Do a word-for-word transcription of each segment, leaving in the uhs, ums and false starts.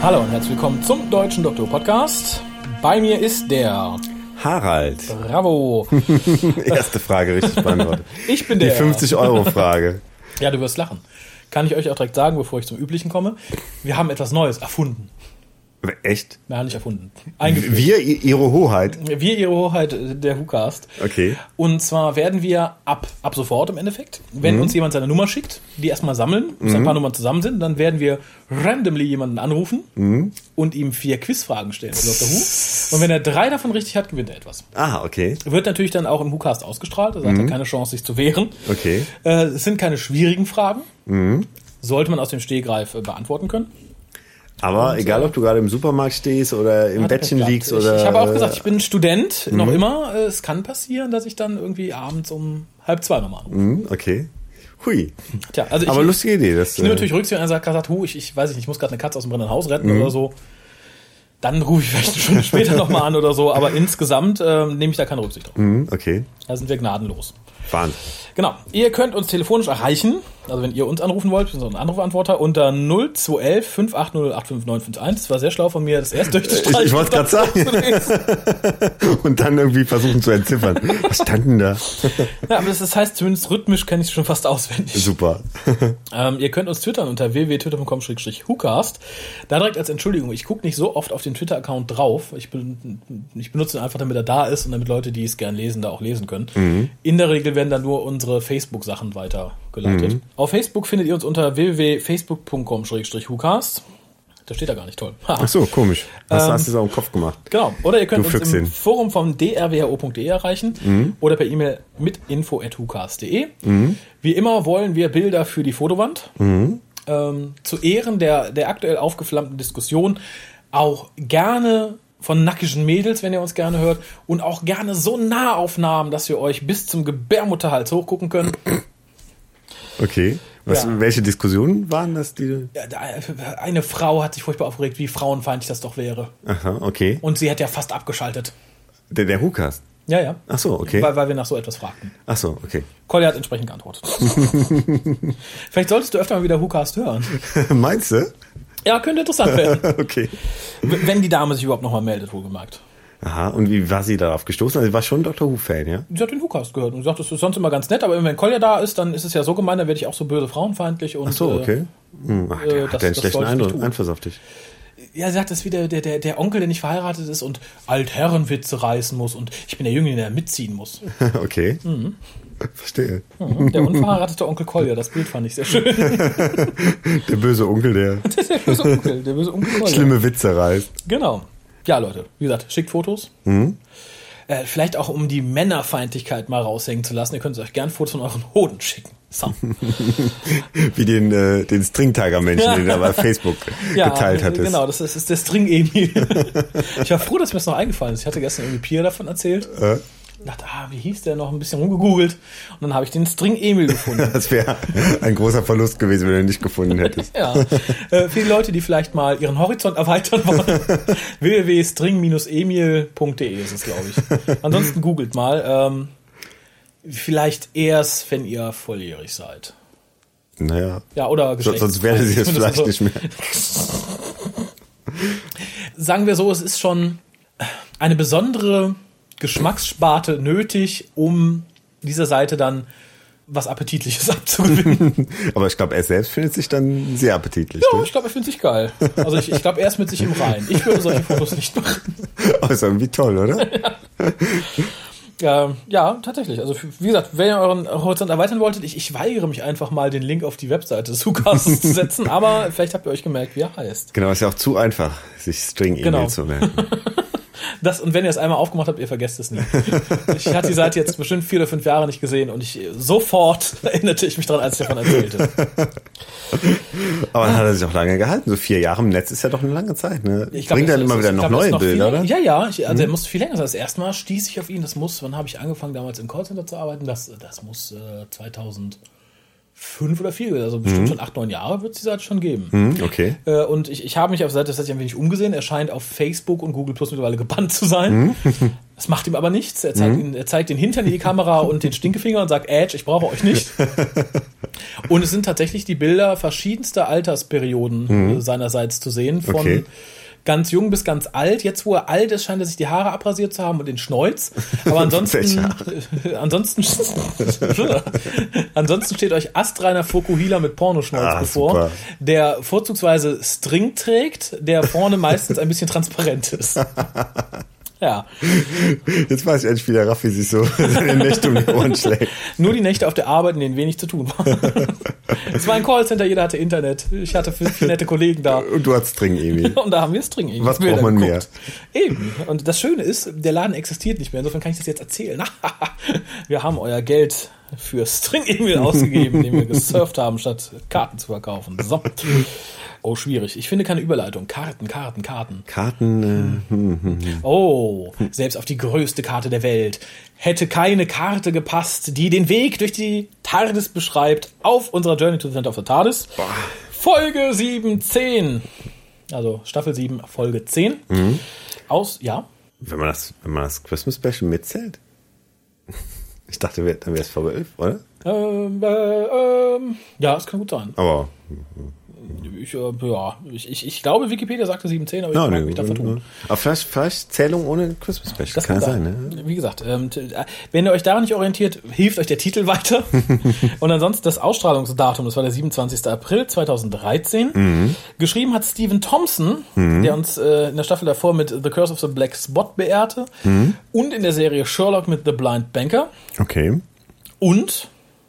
Hallo und herzlich willkommen zum Deutschen Doktor Podcast. Bei mir ist der Harald. Bravo. Erste Frage richtig beantwortet. Ich bin der. Die fünfzig-Euro-Frage. Ja, du wirst lachen. Kann ich euch auch direkt sagen, bevor ich zum Üblichen komme. Wir haben etwas Neues erfunden. Echt? Nein, nicht erfunden. Wir, Ihre Hoheit? Wir, Ihre Hoheit, der WhoCast. Okay. Und zwar werden wir ab, ab sofort im Endeffekt, wenn mhm. uns jemand seine Nummer schickt, die erstmal sammeln, bis mhm. ein paar Nummern zusammen sind, dann werden wir randomly jemanden anrufen mhm. und ihm vier Quizfragen stellen für Doctor Who. Und wenn er drei davon richtig hat, gewinnt er etwas. Ah, okay. Wird natürlich dann auch im WhoCast ausgestrahlt, also mhm. hat er keine Chance, sich zu wehren. Okay. Äh, es sind keine schwierigen Fragen. Mhm. Sollte man aus dem Stegreif äh, beantworten können. Aber und, egal, ob du gerade im Supermarkt stehst oder im Bettchen liegst oder... Ich, ich habe auch gesagt, ich bin Student, mhm. noch immer. Es kann passieren, dass ich dann irgendwie abends um halb zwei nochmal anrufe. Mhm, okay. Hui. Tja, also Aber ich, lustige Idee. Das, ich nehme natürlich Rücksicht, wenn einer sagt, sagt hu, ich, ich weiß nicht, ich muss gerade eine Katze aus dem brennenden Haus retten mhm. oder so. Dann rufe ich vielleicht eine Stunde später nochmal an oder so. Aber insgesamt äh, nehme ich da keine Rücksicht drauf. Mhm, okay. Da sind wir gnadenlos. Wahnsinn. Genau. Ihr könnt uns telefonisch erreichen, also wenn ihr uns anrufen wollt, wir sind so ein Anrufantworter, unter null zwei eins eins fünf acht null acht fünf neun fünf eins. Das war sehr schlau von mir, das erst durchzustreichen. Ich, ich wollte gerade sagen. Und dann irgendwie versuchen zu entziffern. Was stand denn da? Ja, aber das, das heißt, zumindest rhythmisch kenne ich es schon fast auswendig. Super. ähm, ihr könnt uns twittern unter w w w punkt twitter punkt com slash whocast. Da direkt als Entschuldigung, ich gucke nicht so oft auf den Twitter-Account drauf. Ich, be- ich benutze ihn einfach, damit er da ist und damit Leute, die es gern lesen, da auch lesen können. Mhm. In der Regel werden dann nur unsere Facebook-Sachen weitergeleitet. Mhm. Auf Facebook findet ihr uns unter w w w punkt facebook punkt com slash whocast. Da steht da gar nicht, toll. Ach so, komisch. Was ähm, hast du so im Kopf gemacht? Genau. Oder ihr könnt du uns Füchsin. im Forum vom d r w h o punkt d e erreichen mhm. oder per E-Mail mit info at whocast punkt d e. Mhm. Wie immer wollen wir Bilder für die Fotowand. Mhm. Ähm, zu Ehren der, der aktuell aufgeflammten Diskussion auch gerne von nackigen Mädels, wenn ihr uns gerne hört, und auch gerne so Nahaufnahmen, dass wir euch bis zum Gebärmutterhals hochgucken können. Okay. Was, ja. Welche Diskussionen waren das? Die? Ja, eine Frau hat sich furchtbar aufgeregt, wie frauenfeindlich das doch wäre. Aha, okay. Und sie hat ja fast abgeschaltet. Der, der WhoCast? Ja, ja. Ach so, okay. Weil, weil wir nach so etwas fragten. Ach so, okay. Collier hat entsprechend geantwortet. Vielleicht solltest du öfter mal wieder WhoCast hören. Meinst du? Ja, könnte interessant werden. Okay. Wenn die Dame sich überhaupt nochmal meldet, wohlgemerkt. Aha, und wie war sie darauf gestoßen? Also sie war schon Doctor Who-Fan, ja? Sie hat den WhoCast gehört und sagt, das ist sonst immer ganz nett, aber wenn Collier da ist, dann ist es ja so gemein, dann werde ich auch so böse frauenfeindlich. Und, ach so, okay. Hm, ach, der äh, hat das, einen schlechten Eindruck, Einfluss auf dich. Ja, sie sagt, das ist wieder der, der, der Onkel, der nicht verheiratet ist und Altherrenwitze reißen muss und ich bin der Jüngling, der mitziehen muss. Okay. Mhm. Verstehe. Mhm. Der unverheiratete Onkel Collier, das Bild fand ich sehr schön. Der böse Onkel, der... der böse Onkel, der böse Onkel Collier. Schlimme Witze reißt. Genau. Ja, Leute, wie gesagt, schickt Fotos. Mhm. Äh, vielleicht auch, um die Männerfeindlichkeit mal raushängen zu lassen. Ihr könnt euch gern Fotos von euren Hoden schicken. So. Wie den, äh, den String-Tiger-Menschen, den du bei Facebook ja, geteilt hattest. Genau, das ist, das ist der String-Emil. Ich war froh, dass mir das noch eingefallen ist. Ich hatte gestern irgendwie Pia davon erzählt. Äh? Ich dachte, ah, wie hieß der, noch ein bisschen rumgegoogelt. Und dann habe ich den String-Emil gefunden. Das wäre ein großer Verlust gewesen, wenn du ihn nicht gefunden hättest. Ja, äh, für die Leute, die vielleicht mal ihren Horizont erweitern wollen, w w w punkt string emil punkt d e ist es, glaube ich. Ansonsten googelt mal. Ähm, vielleicht erst, wenn ihr volljährig seid. Naja. Ja, oder Geschlechts. Sonst werdet ihr es vielleicht so nicht mehr. Sagen wir so, es ist schon eine besondere Geschmackssparte nötig, um dieser Seite dann was Appetitliches abzugewinnen. Aber ich glaube, er selbst findet sich dann sehr appetitlich. Ja, ne? ich glaube, er findet sich geil. Also ich, ich glaube, er ist mit sich im Reinen. Ich würde solche Fotos nicht machen. Aber ist irgendwie toll, oder? Ja. Ja, ja, tatsächlich. Also wie gesagt, wenn ihr euren Horizont erweitern wolltet, ich, ich weigere mich einfach mal, den Link auf die Webseite des WhoCasts zu setzen, aber vielleicht habt ihr euch gemerkt, wie er heißt. Genau, ist ja auch zu einfach, sich String-E-Mail genau. zu merken. Das, und wenn ihr es einmal aufgemacht habt, ihr vergesst es nie. Ich hatte die Seite jetzt bestimmt vier oder fünf Jahre nicht gesehen und ich sofort erinnerte ich mich daran, als ich davon erzählte. Aber dann hat er sich auch lange gehalten. So vier Jahre im Netz ist ja doch eine lange Zeit. Ne? Ich glaub, Bringt dann immer wieder noch glaub, neue noch Bilder, viel, oder? Ja, ja. Ich, also mhm. er muss viel länger sein. Das erste Mal stieß ich auf ihn. Das muss, wann habe ich angefangen, damals im Callcenter zu arbeiten? Das, das muss äh, zweitausendfünf oder vier, also bestimmt mhm. schon acht, neun Jahre wird es die Seite schon geben. Mhm, okay. Äh, und ich, ich habe mich auf der Seite tatsächlich ein wenig umgesehen. Er scheint auf Facebook und Google Plus mittlerweile gebannt zu sein. Mhm. Das macht ihm aber nichts. Er zeigt, mhm. ihn, er zeigt den Hintern in die Kamera und den Stinkefinger und sagt, Edge, ich brauche euch nicht. Und es sind tatsächlich die Bilder verschiedenster Altersperioden mhm. äh, seinerseits zu sehen, von okay. ganz jung bis ganz alt. Jetzt, wo er alt ist, scheint er sich die Haare abrasiert zu haben und den Schnäuz. Aber ansonsten, äh, ansonsten, ansonsten steht euch astreiner Fukuhila mit Pornoschnäuz ah, bevor, super. Der vorzugsweise String trägt, der vorne meistens ein bisschen transparent ist. Ja. Jetzt weiß ich endlich, wie der Raffi sich so seine Nächte um die Ohren schlägt. Nur die Nächte auf der Arbeit, in denen wenig zu tun war. Es war ein Callcenter, jeder hatte Internet. Ich hatte viele, viele nette Kollegen da. Und du hattest String-Emi. Und da haben wir String-Emi. Was braucht man mehr? Eben. Und das Schöne ist, der Laden existiert nicht mehr. Insofern kann ich das jetzt erzählen. Wir haben euer Geld für String-Emi ausgegeben, den wir gesurft haben, statt Karten zu verkaufen. So. Oh, schwierig. Ich finde keine Überleitung. Karten, Karten, Karten. Karten. Äh, hm, hm, hm. Oh, selbst auf die größte Karte der Welt hätte keine Karte gepasst, die den Weg durch die TARDIS beschreibt, auf unserer Journey to the Center of the TARDIS. Boah. Folge sieben zehn. Also Staffel sieben, Folge zehn. Mhm. Aus, ja. Wenn man das, wenn man das Christmas Special mitzählt? Ich dachte, dann wäre es Folge elf, oder? Ähm, äh, ähm, ja, es kann gut sein. Aber... Ich, äh, ja, ich, ich, ich glaube, Wikipedia sagte sieben zehn, aber ich no, mag nee, mich da vertun. Aber vielleicht, vielleicht Zählung ohne Christmas Special. Das kann sein, ne? Wie gesagt, ähm, wenn ihr euch daran nicht orientiert, hilft euch der Titel weiter. Und ansonsten das Ausstrahlungsdatum, das war der siebenundzwanzigster April zweitausenddreizehn. Mhm. Geschrieben hat Stephen Thompson, mhm. der uns äh, in der Staffel davor mit The Curse of the Black Spot beehrte. Mhm. Und in der Serie Sherlock mit The Blind Banker. Okay. Und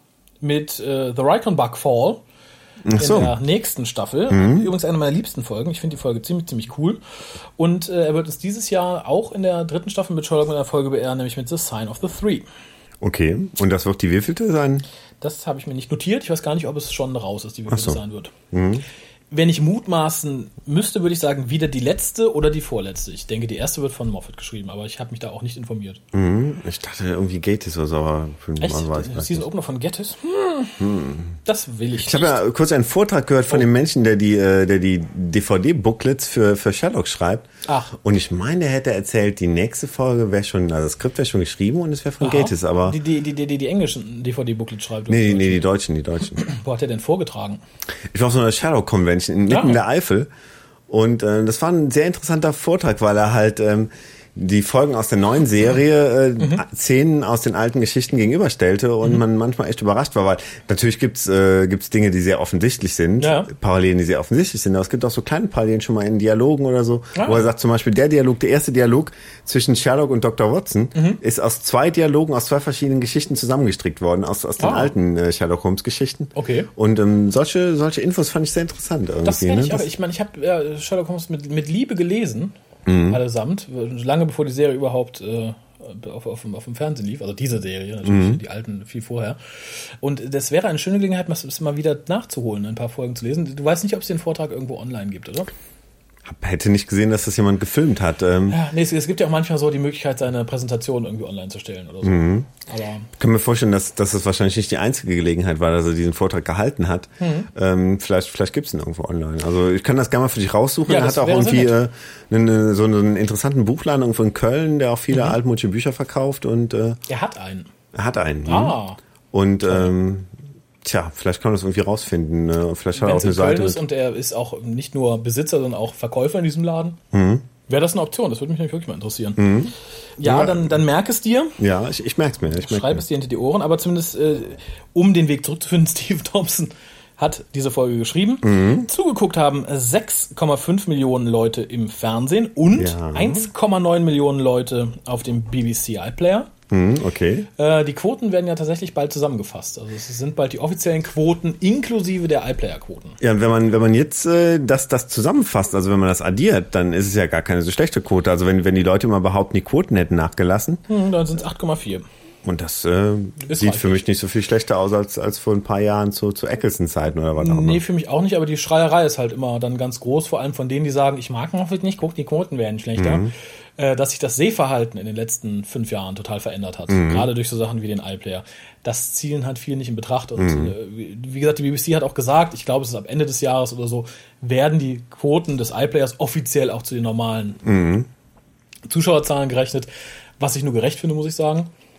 mit äh, The Rykon-Bug Fall. In so. der nächsten Staffel. Mhm. Übrigens eine meiner liebsten Folgen. Ich finde die Folge ziemlich, ziemlich cool. Und äh, er wird uns dieses Jahr auch in der dritten Staffel mit Sherlock mit einer Folge beehren, nämlich mit The Sign of the Three. Okay. Und das wird die wievielte sein? Das habe ich mir nicht notiert. Ich weiß gar nicht, ob es schon raus ist, die wievielte so. sein wird. Mhm. Wenn ich mutmaßen müsste, würde ich sagen, wieder die letzte oder die vorletzte. Ich denke, die erste wird von Moffat geschrieben, aber ich habe mich da auch nicht informiert. Mhm. Ich dachte irgendwie Gatiss oder so, aber für Echt? Man weiß der Season Opener von Gatiss? Hm. Hm. Das will ich Ich habe ja kurz einen Vortrag gehört von oh. dem Menschen, der die, der die D V D-Booklets für, für Sherlock schreibt. Ach. Und ich meine, der hätte erzählt, die nächste Folge wäre schon, also das Skript wäre schon geschrieben und es wäre von Aha. Gatiss, aber... Die, die, die, die, die englischen D V D-Booklets schreibt? Nee, die, nee, die deutschen, die deutschen. Wo hat er denn vorgetragen? Ich war auf so einer Sherlock-Convention mitten ja. in der Eifel und äh, das war ein sehr interessanter Vortrag, weil er halt... Ähm, die Folgen aus der neuen Serie äh, mhm. Szenen aus den alten Geschichten gegenüberstellte und mhm. man manchmal echt überrascht war, weil natürlich gibt's äh, gibt's Dinge, die sehr offensichtlich sind, ja. Parallelen, die sehr offensichtlich sind, aber es gibt auch so kleine Parallelen schon mal in Dialogen oder so, ja. wo er sagt zum Beispiel, der Dialog, der erste Dialog zwischen Sherlock und Doktor Watson mhm. ist aus zwei Dialogen, aus zwei verschiedenen Geschichten zusammengestrickt worden, aus aus den ah. alten äh, Sherlock Holmes Geschichten. Okay. Und ähm, solche solche Infos fand ich sehr interessant irgendwie. Das kenne ich, ne? aber ich meine, ich habe äh, Sherlock Holmes mit mit Liebe gelesen. Mhm. Allesamt, lange bevor die Serie überhaupt äh, auf, auf, auf dem Fernsehen lief, also diese Serie natürlich, mhm. die alten viel vorher. Und das wäre eine schöne Gelegenheit, es mal wieder nachzuholen, ein paar Folgen zu lesen. Du weißt nicht, ob es den Vortrag irgendwo online gibt, oder? Hätte nicht gesehen, dass das jemand gefilmt hat. Ähm ja, nee, es, es gibt ja auch manchmal so die Möglichkeit, seine Präsentation irgendwie online zu stellen oder so. Mhm. Aber ich kann mir vorstellen, dass, dass das wahrscheinlich nicht die einzige Gelegenheit war, dass er diesen Vortrag gehalten hat. Mhm. Ähm, vielleicht vielleicht gibt es ihn irgendwo online. Also ich kann das gerne mal für dich raussuchen. Ja, er hat auch irgendwie äh, eine, so einen interessanten Buchladen irgendwo in Köln, der auch viele mhm. altmodische Bücher verkauft. Und äh, er hat einen. Er hat einen. Ah. Und ähm, tja, vielleicht kann man das irgendwie rausfinden. Ne? Vielleicht hat er auch eine Seite. Ist und er ist auch nicht nur Besitzer, sondern auch Verkäufer in diesem Laden. Mhm. Wäre das eine Option? Das würde mich wirklich mal interessieren. Mhm. Ja, ja, dann, dann merk es dir. Ja, ich, ich merke es mir. Ich merk's Schreib mir. es dir hinter die Ohren. Aber zumindest, äh, um den Weg zurückzufinden, Steve Thompson hat diese Folge geschrieben. Mhm. Zugeguckt haben sechs Komma fünf Millionen Leute im Fernsehen und ja. eins Komma neun Millionen Leute auf dem B B C iPlayer. Okay. Äh, die Quoten werden ja tatsächlich bald zusammengefasst. Also es sind bald die offiziellen Quoten inklusive der iPlayer-Quoten. Ja, und wenn man wenn man jetzt äh, das das zusammenfasst, also wenn man das addiert, dann ist es ja gar keine so schlechte Quote. Also wenn wenn die Leute immer behaupten, die Quoten hätten nachgelassen, hm, dann sind es acht Komma vier. Und das äh, sieht reichlich. Für mich nicht so viel schlechter aus als als vor ein paar Jahren zu zu Eccleston-Zeiten oder was auch immer. Nee, für mich auch nicht, aber die Schreierei ist halt immer dann ganz groß, vor allem von denen, die sagen, ich mag Moffat nicht, guck, die Quoten werden schlechter. Mhm. Äh, dass sich das Sehverhalten in den letzten fünf Jahren total verändert hat. Mhm. Gerade durch so Sachen wie den iPlayer. Das zielen halt viele nicht in Betracht. Und mhm. äh, wie gesagt, die B B C hat auch gesagt, ich glaube, es ist ab Ende des Jahres oder so, werden die Quoten des iPlayers offiziell auch zu den normalen mhm. Zuschauerzahlen gerechnet, was ich nur gerecht finde, muss ich sagen.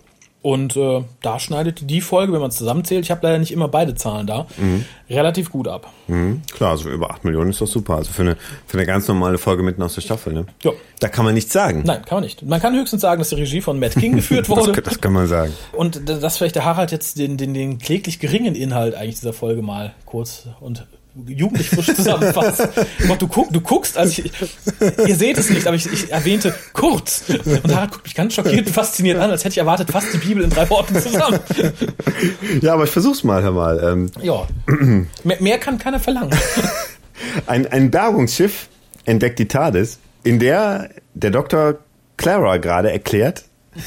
Und äh, da schneidet die Folge, wenn man es zusammenzählt, ich habe leider nicht immer beide Zahlen da, mhm. relativ gut ab. Mhm. Klar, also über acht Millionen ist doch super. Also für eine, für eine ganz normale Folge mitten aus der Staffel. Ne? Ja. Da kann man nichts sagen. Nein, kann man nicht. Man kann höchstens sagen, dass die Regie von Matt King geführt wurde. das, das kann man sagen. Und dass vielleicht der Harald jetzt den, den, den kläglich geringen Inhalt eigentlich dieser Folge mal kurz und jugendlich frisch zusammenfasst. Du, guck, du guckst, also ich, ihr seht es nicht, aber ich, ich erwähnte kurz. Und Harald guckt mich ganz schockiert und fasziniert an, als hätte ich erwartet, fast die Bibel in drei Worten zusammen. Ja, aber ich versuch's mal, hör mal. Ähm, ja, mehr, mehr kann keiner verlangen. Ein, ein Bergungsschiff entdeckt die TARDIS, in der der Doktor Clara gerade erklärt,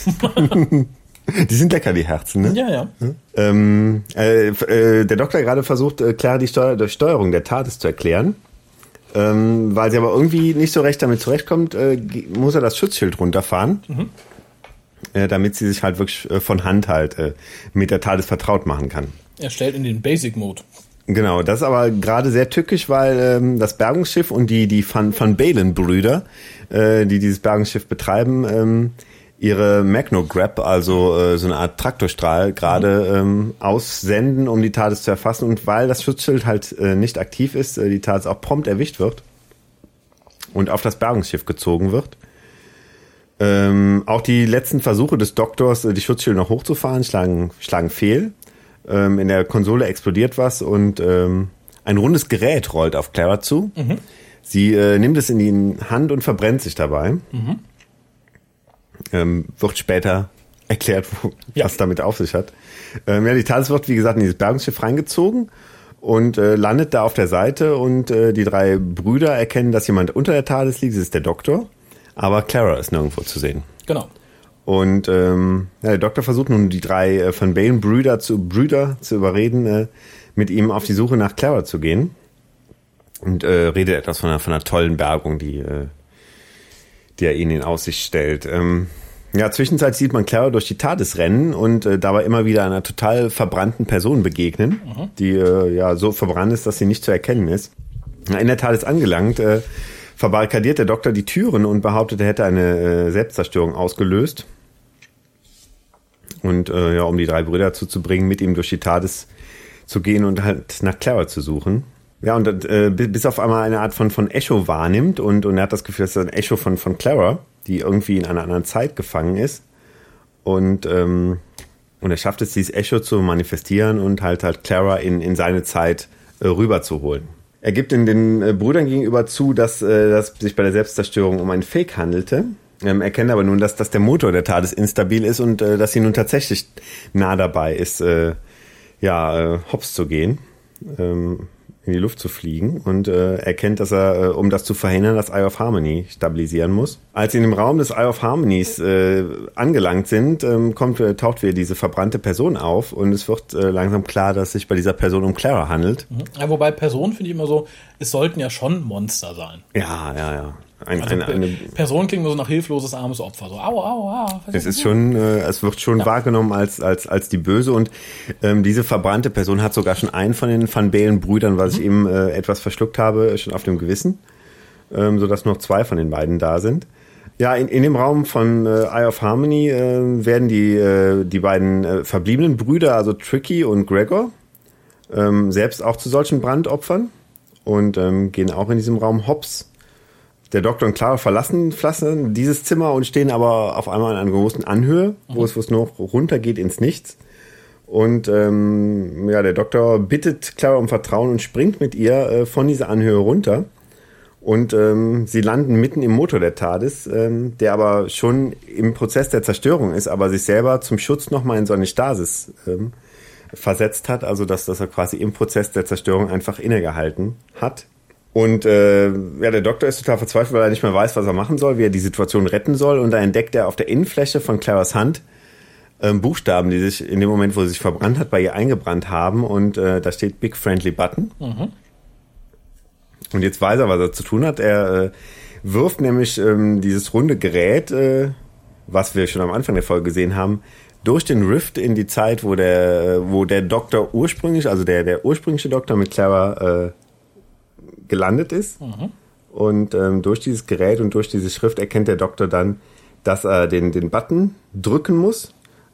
die sind lecker, die Herzen, ne? Ja, ja. Ähm, äh, äh, der Doktor gerade versucht, äh, Clara die Steuer, durch Steuerung der TARDIS zu erklären. Ähm, weil sie aber irgendwie nicht so recht damit zurechtkommt, äh, muss er das Schutzschild runterfahren, mhm. äh, damit sie sich halt wirklich äh, von Hand halt äh, mit der TARDIS vertraut machen kann. Er stellt in den Basic-Mode. Genau, das ist aber gerade sehr tückisch, weil ähm, das Bergungsschiff und die, die Van, Van Balen-Brüder, äh, die dieses Bergungsschiff betreiben, ähm, ihre Magnograb, also äh, so eine Art Traktorstrahl, gerade ähm, aussenden, um die TARDIS zu erfassen. Und weil das Schutzschild halt äh, nicht aktiv ist, äh, die TARDIS auch prompt erwischt wird und auf das Bergungsschiff gezogen wird. Ähm, auch die letzten Versuche des Doktors, äh, die Schutzschilde noch hochzufahren, schlagen, schlagen fehl. Ähm, in der Konsole explodiert was und ähm, ein rundes Gerät rollt auf Clara zu. Mhm. Sie äh, nimmt es in die Hand und verbrennt sich dabei. Mhm. Ähm, wird später erklärt, wo, ja. was damit auf sich hat. Ähm, ja, die TARDIS wird, wie gesagt, in dieses Bergungsschiff reingezogen und äh, landet da auf der Seite und äh, die drei Brüder erkennen, dass jemand unter der TARDIS liegt, das ist der Doktor, aber Clara ist nirgendwo zu sehen. Genau. Und ähm, ja, der Doktor versucht nun, die drei äh, Van Balen-Brüder zu, Brüder zu überreden, äh, mit ihm auf die Suche nach Clara zu gehen und äh, redet etwas von einer, von einer tollen Bergung, die äh, die er ihnen in Aussicht stellt. Ähm, ja, zwischenzeitlich sieht man Clara durch die TARDIS rennen und äh, dabei immer wieder einer total verbrannten Person begegnen, mhm. die äh, ja so verbrannt ist, dass sie nicht zu erkennen ist. In der TARDIS angelangt, äh, verbarrikadiert der Doktor die Türen und behauptet, er hätte eine äh, Selbstzerstörung ausgelöst. Und äh, ja, um die drei Brüder dazu zu bringen, mit ihm durch die TARDIS zu gehen und halt nach Clara zu suchen. Ja, und äh, bis auf einmal eine Art von, von Echo wahrnimmt und, und er hat das Gefühl, das ist ein Echo von, von Clara, die irgendwie in einer anderen Zeit gefangen ist. Und, ähm, und er schafft es, dieses Echo zu manifestieren und halt halt Clara in, in seine Zeit äh, rüberzuholen. Er gibt in den äh, Brüdern gegenüber zu, dass äh, das sich bei der Selbstzerstörung um einen Fake handelte. Ähm, erkennt aber nun, dass, dass der Motor der TARDIS instabil ist und äh, dass sie nun tatsächlich nah dabei ist, äh, ja, äh, hops zu gehen. Ähm, in die Luft zu fliegen und äh, erkennt, dass er, äh, um das zu verhindern, das Eye of Harmony stabilisieren muss. Als sie in dem Raum des Eye of Harmonies äh, angelangt sind, ähm, kommt, äh, taucht wieder diese verbrannte Person auf und es wird äh, langsam klar, dass es sich bei dieser Person um Clara handelt. Ja, wobei Person finde ich immer so, es sollten ja schon Monster sein. Ja, ja, ja. Ein, also eine, eine Person klingt nur so nach hilfloses, armes Opfer. So, au, au, au. Es ist schon, äh, es wird schon ja. wahrgenommen als, als, als die Böse und ähm, diese verbrannte Person hat sogar schon einen von den Van Balen-Brüdern, was mhm. ich eben äh, etwas verschluckt habe, schon auf dem Gewissen, ähm, sodass noch zwei von den beiden da sind. Ja, in, in dem Raum von äh, Eye of Harmony äh, werden die, äh, die beiden äh, verbliebenen Brüder, also Tricky und Gregor, ähm, selbst auch zu solchen Brandopfern und ähm, gehen auch in diesem Raum hops. Der Doktor und Clara verlassen, verlassen dieses Zimmer und stehen aber auf einmal in einer großen Anhöhe, wo, mhm. es, wo es noch runtergeht ins Nichts. Und ähm, ja, der Doktor bittet Clara um Vertrauen und springt mit ihr äh, von dieser Anhöhe runter. Und ähm, sie landen mitten im Motor der TARDIS, ähm, der aber schon im Prozess der Zerstörung ist, aber sich selber zum Schutz nochmal in so eine Stasis ähm, versetzt hat. Also dass, dass er quasi im Prozess der Zerstörung einfach innegehalten hat. Und äh, ja, der Doktor ist total verzweifelt, weil er nicht mehr weiß, was er machen soll, wie er die Situation retten soll. Und da entdeckt er auf der Innenfläche von Claras Hand äh, Buchstaben, die sich in dem Moment, wo sie sich verbrannt hat, bei ihr eingebrannt haben. Und äh, da steht Big Friendly Button. Mhm. Und jetzt weiß er, was er zu tun hat. Er äh, wirft nämlich ähm, dieses runde Gerät, äh, was wir schon am Anfang der Folge gesehen haben, durch den Rift in die Zeit, wo der, wo der Doktor ursprünglich, also der, der ursprüngliche Doktor mit Clara äh, gelandet ist. Mhm. Und ähm, durch dieses Gerät und durch diese Schrift erkennt der Doktor dann, dass er den, den Button drücken muss,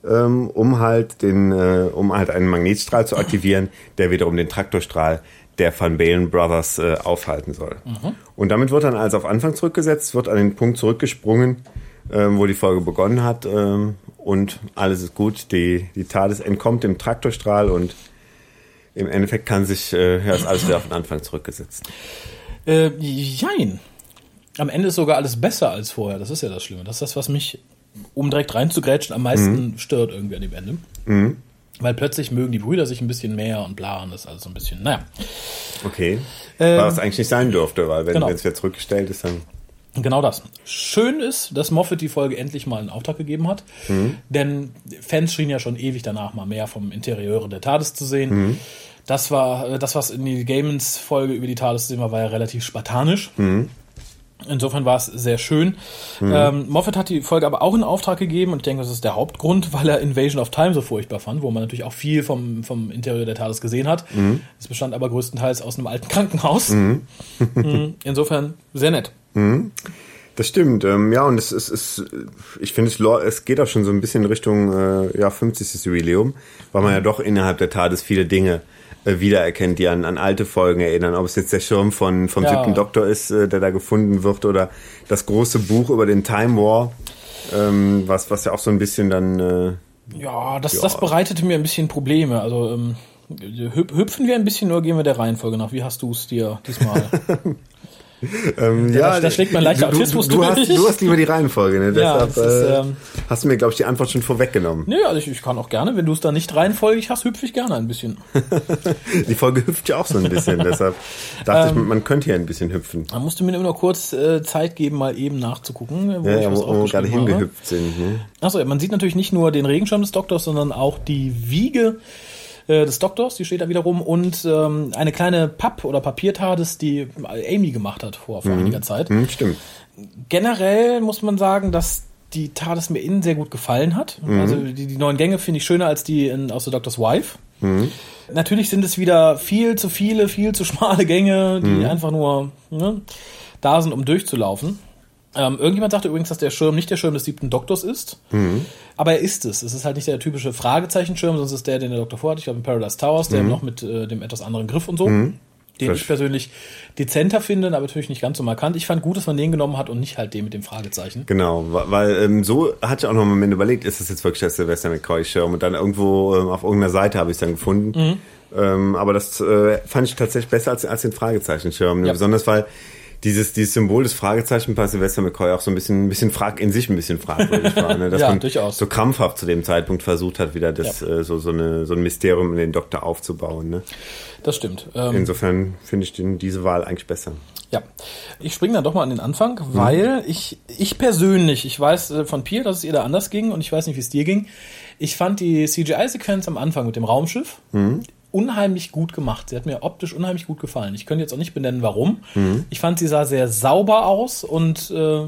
ähm, um halt den, äh, um halt einen Magnetstrahl zu aktivieren, der wiederum den Traktorstrahl der Van Balen Brothers äh, aufhalten soll. Mhm. Und damit wird dann alles auf Anfang zurückgesetzt, wird an den Punkt zurückgesprungen, ähm, wo die Folge begonnen hat, ähm, und alles ist gut. Die, die TARDIS entkommt dem Traktorstrahl und im Endeffekt kann sich, äh, ja, ist alles wieder auf den Anfang zurückgesetzt. Äh, jein. Am Ende ist sogar alles besser als vorher. Das ist ja das Schlimme. Das ist das, was mich, um direkt reinzugrätschen, am meisten mhm. stört irgendwie an dem Ende. Mhm. Weil plötzlich mögen die Brüder sich ein bisschen mehr und bla, und das ist alles so ein bisschen, naja. Okay. Ähm, was eigentlich nicht sein dürfte, weil wenn genau. es wieder zurückgestellt ist, dann... Genau das. Schön ist, dass Moffat die Folge endlich mal in Auftrag gegeben hat, mhm. denn Fans schienen ja schon ewig danach mal mehr vom Interieur der TARDIS zu sehen. Mhm. Das war, das, was in die Gaimans-Folge über die TARDIS zu sehen war, war ja relativ spartanisch. Mhm. Insofern war es sehr schön. Mhm. Ähm, Moffat hat die Folge aber auch in Auftrag gegeben, und ich denke, das ist der Hauptgrund, weil er Invasion of Time so furchtbar fand, wo man natürlich auch viel vom, vom Interieur der TARDIS gesehen hat. Mhm. Es bestand aber größtenteils aus einem alten Krankenhaus. Mhm. Insofern sehr nett. Mhm. Das stimmt, ähm, ja, und es ist, es, ich finde, es, es geht auch schon so ein bisschen in Richtung äh, ja, fünfzigstes Jubiläum, weil man ja doch innerhalb der TARDIS viele Dinge äh, wiedererkennt, die an, an alte Folgen erinnern, ob es jetzt der Schirm von, vom ja. siebten Doktor ist, äh, der da gefunden wird, oder das große Buch über den Time War, ähm, was, was ja auch so ein bisschen dann... Äh, ja, das, ja, das bereitete mir ein bisschen Probleme, also ähm, hüpfen wir ein bisschen, oder gehen wir der Reihenfolge nach? Wie hast du es dir diesmal... Ähm, ja, da, da schlägt man leicht Autismus du, du, du, hast, du hast lieber die Reihenfolge, ne? Ja, deshalb ist, äh, ähm, hast du mir, glaube ich, die Antwort schon vorweggenommen. Nee, also ich, ich kann auch gerne, wenn du es da nicht reihenfolgig hast, hüpfe ich gerne ein bisschen. Die Folge hüpft ja auch so ein bisschen, deshalb dachte ähm, ich, man könnte hier ein bisschen hüpfen. Da musst du mir nur noch kurz äh, Zeit geben, mal eben nachzugucken, wo ja, ich ja, was wo, wo wir gerade hingehüpft habe. sind. Ne? Achso, ja, man sieht natürlich nicht nur den Regenschirm des Doktors, sondern auch die Wiege des Doktors, die steht da wiederum, und ähm, eine kleine Papp- oder Papiertardis, die Amy gemacht hat vor, vor mhm. einiger Zeit. Mhm, stimmt. Generell muss man sagen, dass die TARDIS mir innen sehr gut gefallen hat. Mhm. Also die, die neuen Gänge finde ich schöner als die in, aus The Doctor's Wife. Mhm. Natürlich sind es wieder viel zu viele, viel zu schmale Gänge, die mhm. einfach nur ne, da sind, um durchzulaufen. Ähm, irgendjemand sagte übrigens, dass der Schirm nicht der Schirm des siebten Doktors ist. Mhm. Aber er ist es. Es ist halt nicht der typische Fragezeichenschirm, sondern es ist der, den der Doktor vorhat. Ich glaube, in Paradise Towers, der mhm. noch mit äh, dem etwas anderen Griff und so. Mhm. Den Frisch. Ich persönlich dezenter finde, aber natürlich nicht ganz so markant. Ich fand gut, dass man den genommen hat und nicht halt den mit dem Fragezeichen. Genau, weil ähm, so hatte ich auch noch einen Moment überlegt, ist das jetzt wirklich der Sylvester McCoy-Schirm? Und dann irgendwo ähm, auf irgendeiner Seite habe ich es dann gefunden. Mhm. Ähm, aber das äh, fand ich tatsächlich besser als, als den Fragezeichenschirm. Ja. Besonders weil Dieses, dieses Symbol des Fragezeichen bei Sylvester McCoy auch so ein bisschen, ein bisschen frag, in sich ein bisschen fragwürdig war, ne? Dass ja, man durchaus. so krampfhaft zu dem Zeitpunkt versucht hat, wieder das, ja. äh, so, so eine, so ein Mysterium in den Doktor aufzubauen, ne? Das stimmt. Ähm, Insofern finde ich den, diese Wahl eigentlich besser. Ja. Ich springe dann doch mal an den Anfang, mhm. weil ich, ich persönlich, ich weiß von Pia, dass es ihr da anders ging, und ich weiß nicht, wie es dir ging. Ich fand die C G I-Sequenz am Anfang mit dem Raumschiff mhm. unheimlich gut gemacht. Sie hat mir optisch unheimlich gut gefallen. Ich könnte jetzt auch nicht benennen, warum. Mhm. Ich fand, sie sah sehr sauber aus und äh,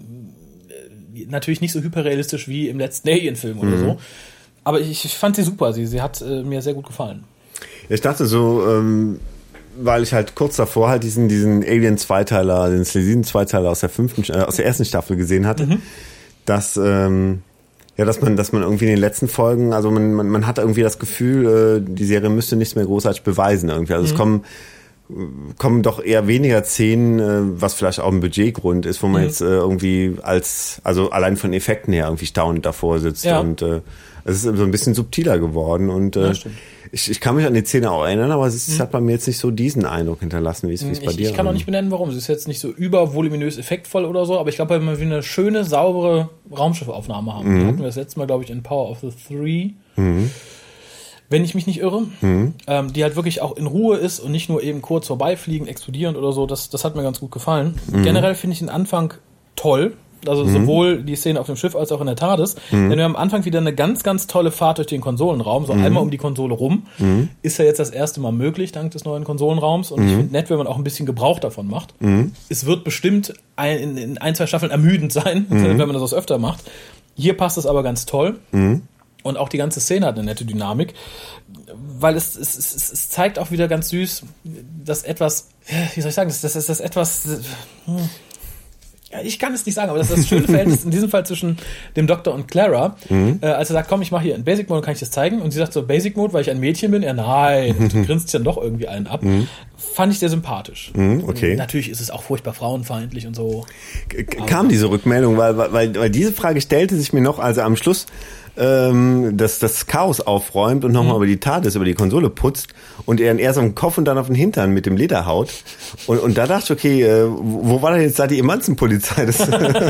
natürlich nicht so hyperrealistisch wie im letzten Alien-Film oder mhm. so. Aber ich, ich fand sie super. Sie, sie hat äh, mir sehr gut gefallen. Ich dachte so, ähm, weil ich halt kurz davor halt diesen, diesen Alien-Zweiteiler, den Slezin-Zweiteiler aus der fünften, äh, aus der ersten Staffel gesehen hatte, mhm. dass ähm, ja, dass man, dass man irgendwie in den letzten Folgen, also man, man, man hat irgendwie das Gefühl, äh, die Serie müsste nichts mehr großartig beweisen irgendwie. Also mhm. es kommen, kommen doch eher weniger Szenen, äh, was vielleicht auch ein Budgetgrund ist, wo man mhm. jetzt äh, irgendwie als, also allein von Effekten her irgendwie staunend davor sitzt. Ja. Und äh, es ist so ein bisschen subtiler geworden. Und äh, ja, ich, ich kann mich an die Szene auch erinnern, aber es ist, mhm. hat bei mir jetzt nicht so diesen Eindruck hinterlassen, wie es, wie es bei ich, dir Ich kann auch nicht benennen, warum. Es ist jetzt nicht so übervoluminös effektvoll oder so, aber ich glaube, weil wir eine schöne, saubere Raumschiffaufnahme haben. Mhm. Da hatten wir das letzte Mal, glaube ich, in Power of the Three. Mhm. Wenn ich mich nicht irre, mhm. ähm, die halt wirklich auch in Ruhe ist und nicht nur eben kurz vorbeifliegen, explodierend oder so, das, das hat mir ganz gut gefallen. Mhm. Generell finde ich den Anfang toll, also mhm. sowohl die Szene auf dem Schiff als auch in der TARDIS, mhm. denn wir haben am Anfang wieder eine ganz, ganz tolle Fahrt durch den Konsolenraum, so mhm. einmal um die Konsole rum, mhm. ist ja jetzt das erste Mal möglich, dank des neuen Konsolenraums, und mhm. ich finde nett, wenn man auch ein bisschen Gebrauch davon macht. Mhm. Es wird bestimmt ein, in, in ein, zwei Staffeln ermüdend sein, mhm. wenn man das öfter macht. Hier passt es aber ganz toll. Mhm. Und auch die ganze Szene hat eine nette Dynamik, weil es, es, es, es zeigt auch wieder ganz süß, dass etwas, wie soll ich sagen, das, das ist das etwas, hm, Ja, ich kann es nicht sagen, aber das ist das schöne Verhältnis in diesem Fall zwischen dem Doktor und Clara. Mhm. Äh, als er sagt, komm, ich mache hier in Basic Mode, kann ich das zeigen? Und sie sagt so, Basic Mode, weil ich ein Mädchen bin? Er, nein. Und du grinst dann doch irgendwie einen ab. Mhm. Fand ich sehr sympathisch. Mhm, okay. Natürlich ist es auch furchtbar frauenfeindlich und so. Kam diese Rückmeldung, weil, weil, weil diese Frage stellte sich mir noch, als er am Schluss ähm, das, das Chaos aufräumt und nochmal mhm. über die TARDIS, über die Konsole putzt und er erst am Kopf und dann auf den Hintern mit dem Leder haut. Und, und da dachte ich, okay, äh, wo war denn jetzt da die Emanzenpolizei? Das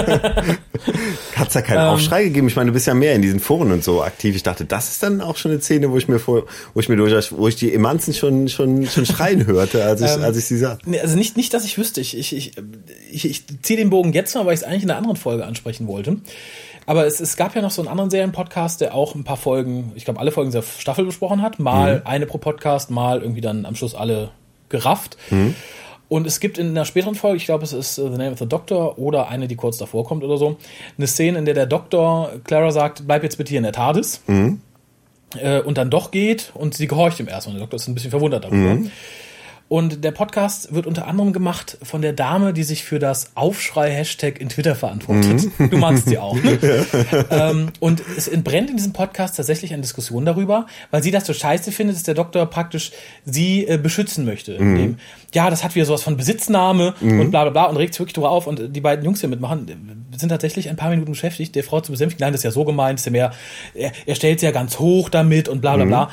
hat's da keinen ähm, Aufschrei gegeben? Ich meine, du bist ja mehr in diesen Foren und so aktiv. Ich dachte, das ist dann auch schon eine Szene, wo ich mir vor, wo ich mir durch, wo ich die Emanzen schon, schon, schon schreien hörte, als ich, ähm, als ich sie sah. Also nicht, nicht, dass ich wüsste. Ich, ich, ich, ich, ich ziehe den Bogen jetzt mal, weil ich es eigentlich in einer anderen Folge ansprechen wollte. Aber es, es gab ja noch so einen anderen Serienpodcast, der auch ein paar Folgen, ich glaube alle Folgen dieser Staffel besprochen hat. Mal mhm. eine pro Podcast, mal irgendwie dann am Schluss alle gerafft. Mhm. Und es gibt in einer späteren Folge, ich glaube es ist The Name of the Doctor oder eine, die kurz davor kommt oder so, eine Szene, in der der Doktor Clara sagt, bleib jetzt bitte hier in der TARDIS. Mhm. Äh, und dann doch geht und sie gehorcht im ersten. Und der Doktor ist ein bisschen verwundert darüber. Mhm. Und der Podcast wird unter anderem gemacht von der Dame, die sich für das Aufschrei-Hashtag in Twitter verantwortet. Mhm. Du magst sie auch. Ne? Ja. Ähm, und es entbrennt in diesem Podcast tatsächlich eine Diskussion darüber, weil sie das so scheiße findet, dass der Doktor praktisch sie äh, beschützen möchte. Mhm. Indem, ja, das hat wieder sowas von Besitznahme mhm. und bla bla bla und regt sich wirklich darüber auf. Und die beiden Jungs, die mitmachen, sind tatsächlich ein paar Minuten beschäftigt, der Frau zu besänftigen. Nein, das ist ja so gemeint, ist ja mehr, er, er stellt sie ja ganz hoch damit und bla bla bla. Mhm.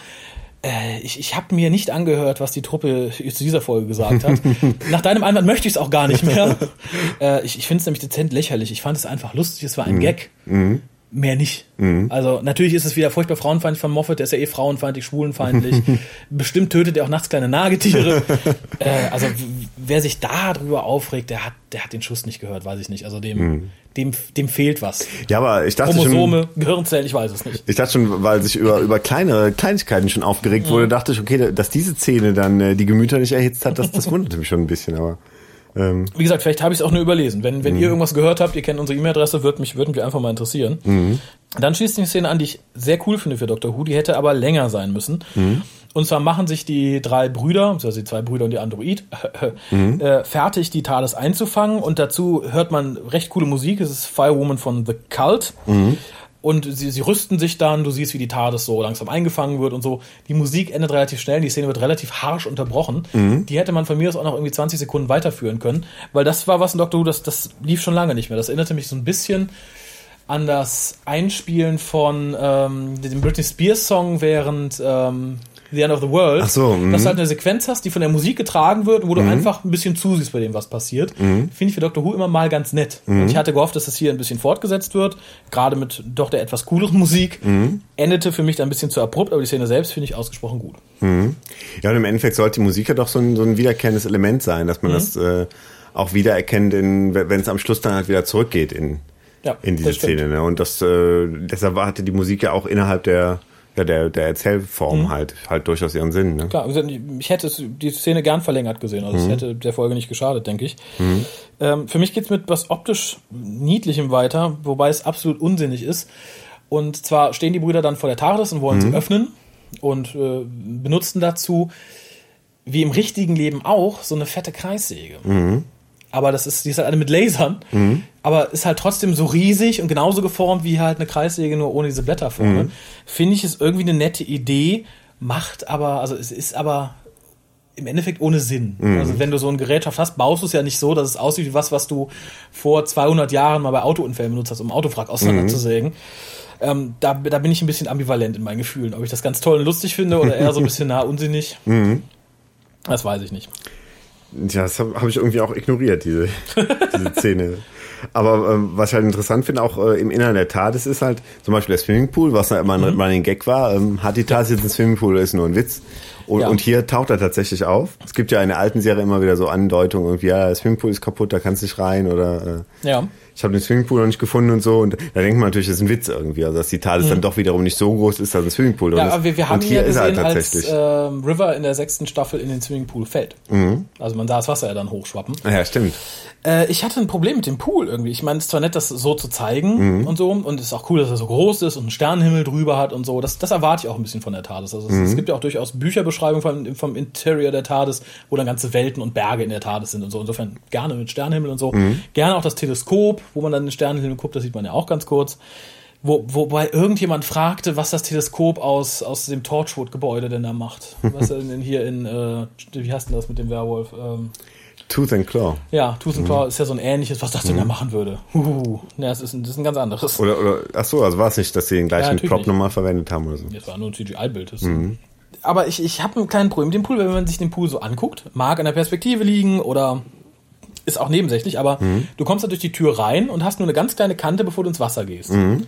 Äh, ich ich habe mir nicht angehört, was die Truppe zu dieser Folge gesagt hat. Nach deinem Einwand möchte ich es auch gar nicht mehr. äh, ich ich finde es nämlich dezent lächerlich. Ich fand es einfach lustig, es war ein mhm. Gag. Mhm. Mehr nicht. Mhm. Also natürlich ist es wieder furchtbar frauenfeindlich von Moffat, der ist ja eh frauenfeindlich, schwulenfeindlich. Bestimmt tötet er auch nachts kleine Nagetiere. äh, also w- wer sich da drüber aufregt, der hat, der hat den Schuss nicht gehört, weiß ich nicht. Also dem, mhm. dem, dem fehlt was. Ja, aber ich dachte Chromosome, schon, Gehirnzellen, ich weiß es nicht. Ich dachte schon, weil sich über, über kleine Kleinigkeiten schon aufgeregt mhm. wurde, dachte ich, okay, dass diese Szene dann äh, die Gemüter nicht erhitzt hat, das, das wunderte mich schon ein bisschen, aber Ähm, Wie gesagt, vielleicht habe ich es auch nur überlesen. Wenn, wenn mhm. ihr irgendwas gehört habt, ihr kennt unsere E-Mail-Adresse, würde mich, würde mich einfach mal interessieren. Mhm. Dann schließt die Szene an, die ich sehr cool finde für Doctor Who, die hätte aber länger sein müssen. Mhm. Und zwar machen sich die drei Brüder, also die zwei Brüder und die Android, mhm. äh, fertig, die TARDIS einzufangen. Und dazu hört man recht coole Musik. Es ist Firewoman von The Cult. Mhm. Und sie, sie rüsten sich dann, du siehst, wie die TARDIS so langsam eingefangen wird und so. Die Musik endet relativ schnell, die Szene wird relativ harsch unterbrochen. Mhm. Die hätte man von mir aus auch noch irgendwie zwanzig Sekunden weiterführen können, weil das war was in Doctor Who, das, das lief schon lange nicht mehr. Das erinnerte mich so ein bisschen an das Einspielen von ähm, dem Britney Spears Song während ähm, The End of the World. Ach so, dass du halt eine Sequenz hast, die von der Musik getragen wird, wo du mhm. einfach ein bisschen zusiehst bei dem, was passiert. Mhm. Finde ich für Doctor Who immer mal ganz nett. Mhm. Und ich hatte gehofft, dass das hier ein bisschen fortgesetzt wird, gerade mit doch der etwas cooleren Musik. Mhm. Endete für mich dann ein bisschen zu abrupt, aber die Szene selbst finde ich ausgesprochen gut. Mhm. Ja, und im Endeffekt sollte die Musik ja doch so ein, so ein wiederkehrendes Element sein, dass man mhm. das äh, auch wiedererkennt, in, wenn es am Schluss dann halt wieder zurückgeht in, ja, in diese Szene. Ne? Und das äh, deshalb hatte die Musik ja auch innerhalb der Ja, der, der Erzählform mhm. halt, halt durchaus ihren Sinn. Ne? Klar, ich hätte die Szene gern verlängert gesehen, also es mhm. hätte der Folge nicht geschadet, denke ich. Mhm. Ähm, für mich geht's mit was optisch Niedlichem weiter, wobei es absolut unsinnig ist. Und zwar stehen die Brüder dann vor der TARDIS und wollen mhm. sie öffnen und äh, benutzen dazu, wie im richtigen Leben auch, so eine fette Kreissäge. Mhm. Aber das ist, die ist halt eine mit Lasern, mhm. aber ist halt trotzdem so riesig und genauso geformt wie halt eine Kreissäge, nur ohne diese Blätter vorne. Mhm. Finde ich, ist irgendwie eine nette Idee, macht aber, also es ist aber im Endeffekt ohne Sinn. Mhm. Also wenn du so ein Gerätschaft hast, baust du es ja nicht so, dass es aussieht wie was, was du vor zweihundert Jahren mal bei Autounfällen benutzt hast, um Autowrack auseinanderzusägen. Mhm. Ähm, da, da bin ich ein bisschen ambivalent in meinen Gefühlen. Ob ich das ganz toll und lustig finde oder eher so ein bisschen nah unsinnig, mhm. das weiß ich nicht. Ja, das habe hab ich irgendwie auch ignoriert, diese, diese Szene. Aber ähm, was ich halt interessant finde, auch äh, im Inneren der TARDIS ist halt zum Beispiel der Swimmingpool, was halt immer ein mhm. Running Gag war. Ähm, hat die TARDIS jetzt einen Swimmingpool oder ist nur ein Witz? Und, ja. und hier taucht er tatsächlich auf. Es gibt ja in der alten Serie immer wieder so Andeutungen, irgendwie, ja, der Swimmingpool ist kaputt, da kannst du nicht rein oder äh, ja. ich habe den Swimmingpool noch nicht gefunden und so. Und da denkt man natürlich, das ist ein Witz irgendwie, also dass die TARDIS mhm. dann doch wiederum nicht so groß ist, dass ein Swimmingpool ja, ist. Aber wir, wir haben und hier ja gesehen, ist er halt tatsächlich. als äh, River in der sechsten Staffel in den Swimmingpool fällt. Mhm. Also man sah das Wasser ja dann hochschwappen. Ja, stimmt. Äh, ich hatte ein Problem mit dem Pool irgendwie. Ich meine, es ist zwar nett, das so zu zeigen mhm. und so, und es ist auch cool, dass er so groß ist und einen Sternenhimmel drüber hat und so. Das, das erwarte ich auch ein bisschen von der TARDIS. Also es, mhm. es gibt ja auch durchaus Bücher Beschreibung vom, vom Interior der TARDIS, wo dann ganze Welten und Berge in der TARDIS sind und so. Insofern gerne mit Sternenhimmel und so. Mhm. Gerne auch das Teleskop, wo man dann den Sternenhimmel guckt, das sieht man ja auch ganz kurz. Wo, wobei irgendjemand fragte, was das Teleskop aus, aus dem Torchwood-Gebäude denn da macht. Was er denn hier in, äh, wie heißt denn das mit dem Werwolf? Ähm, Tooth and Claw. Ja, Tooth and Claw mhm. ist ja so ein ähnliches, was das denn mhm. da machen würde. Huhu. Ja, das ist, ein, das ist ein ganz anderes. Oder, oder ach so, also war es nicht, dass sie den gleichen ja, Prop nochmal verwendet haben oder so? Das war nur ein C G I-Bild. Mhm. Aber ich, ich habe ein kleines Problem mit dem Pool, wenn man sich den Pool so anguckt. Mag an der Perspektive liegen oder ist auch nebensächlich, aber mhm. du kommst da durch die Tür rein und hast nur eine ganz kleine Kante, bevor du ins Wasser gehst. Mhm.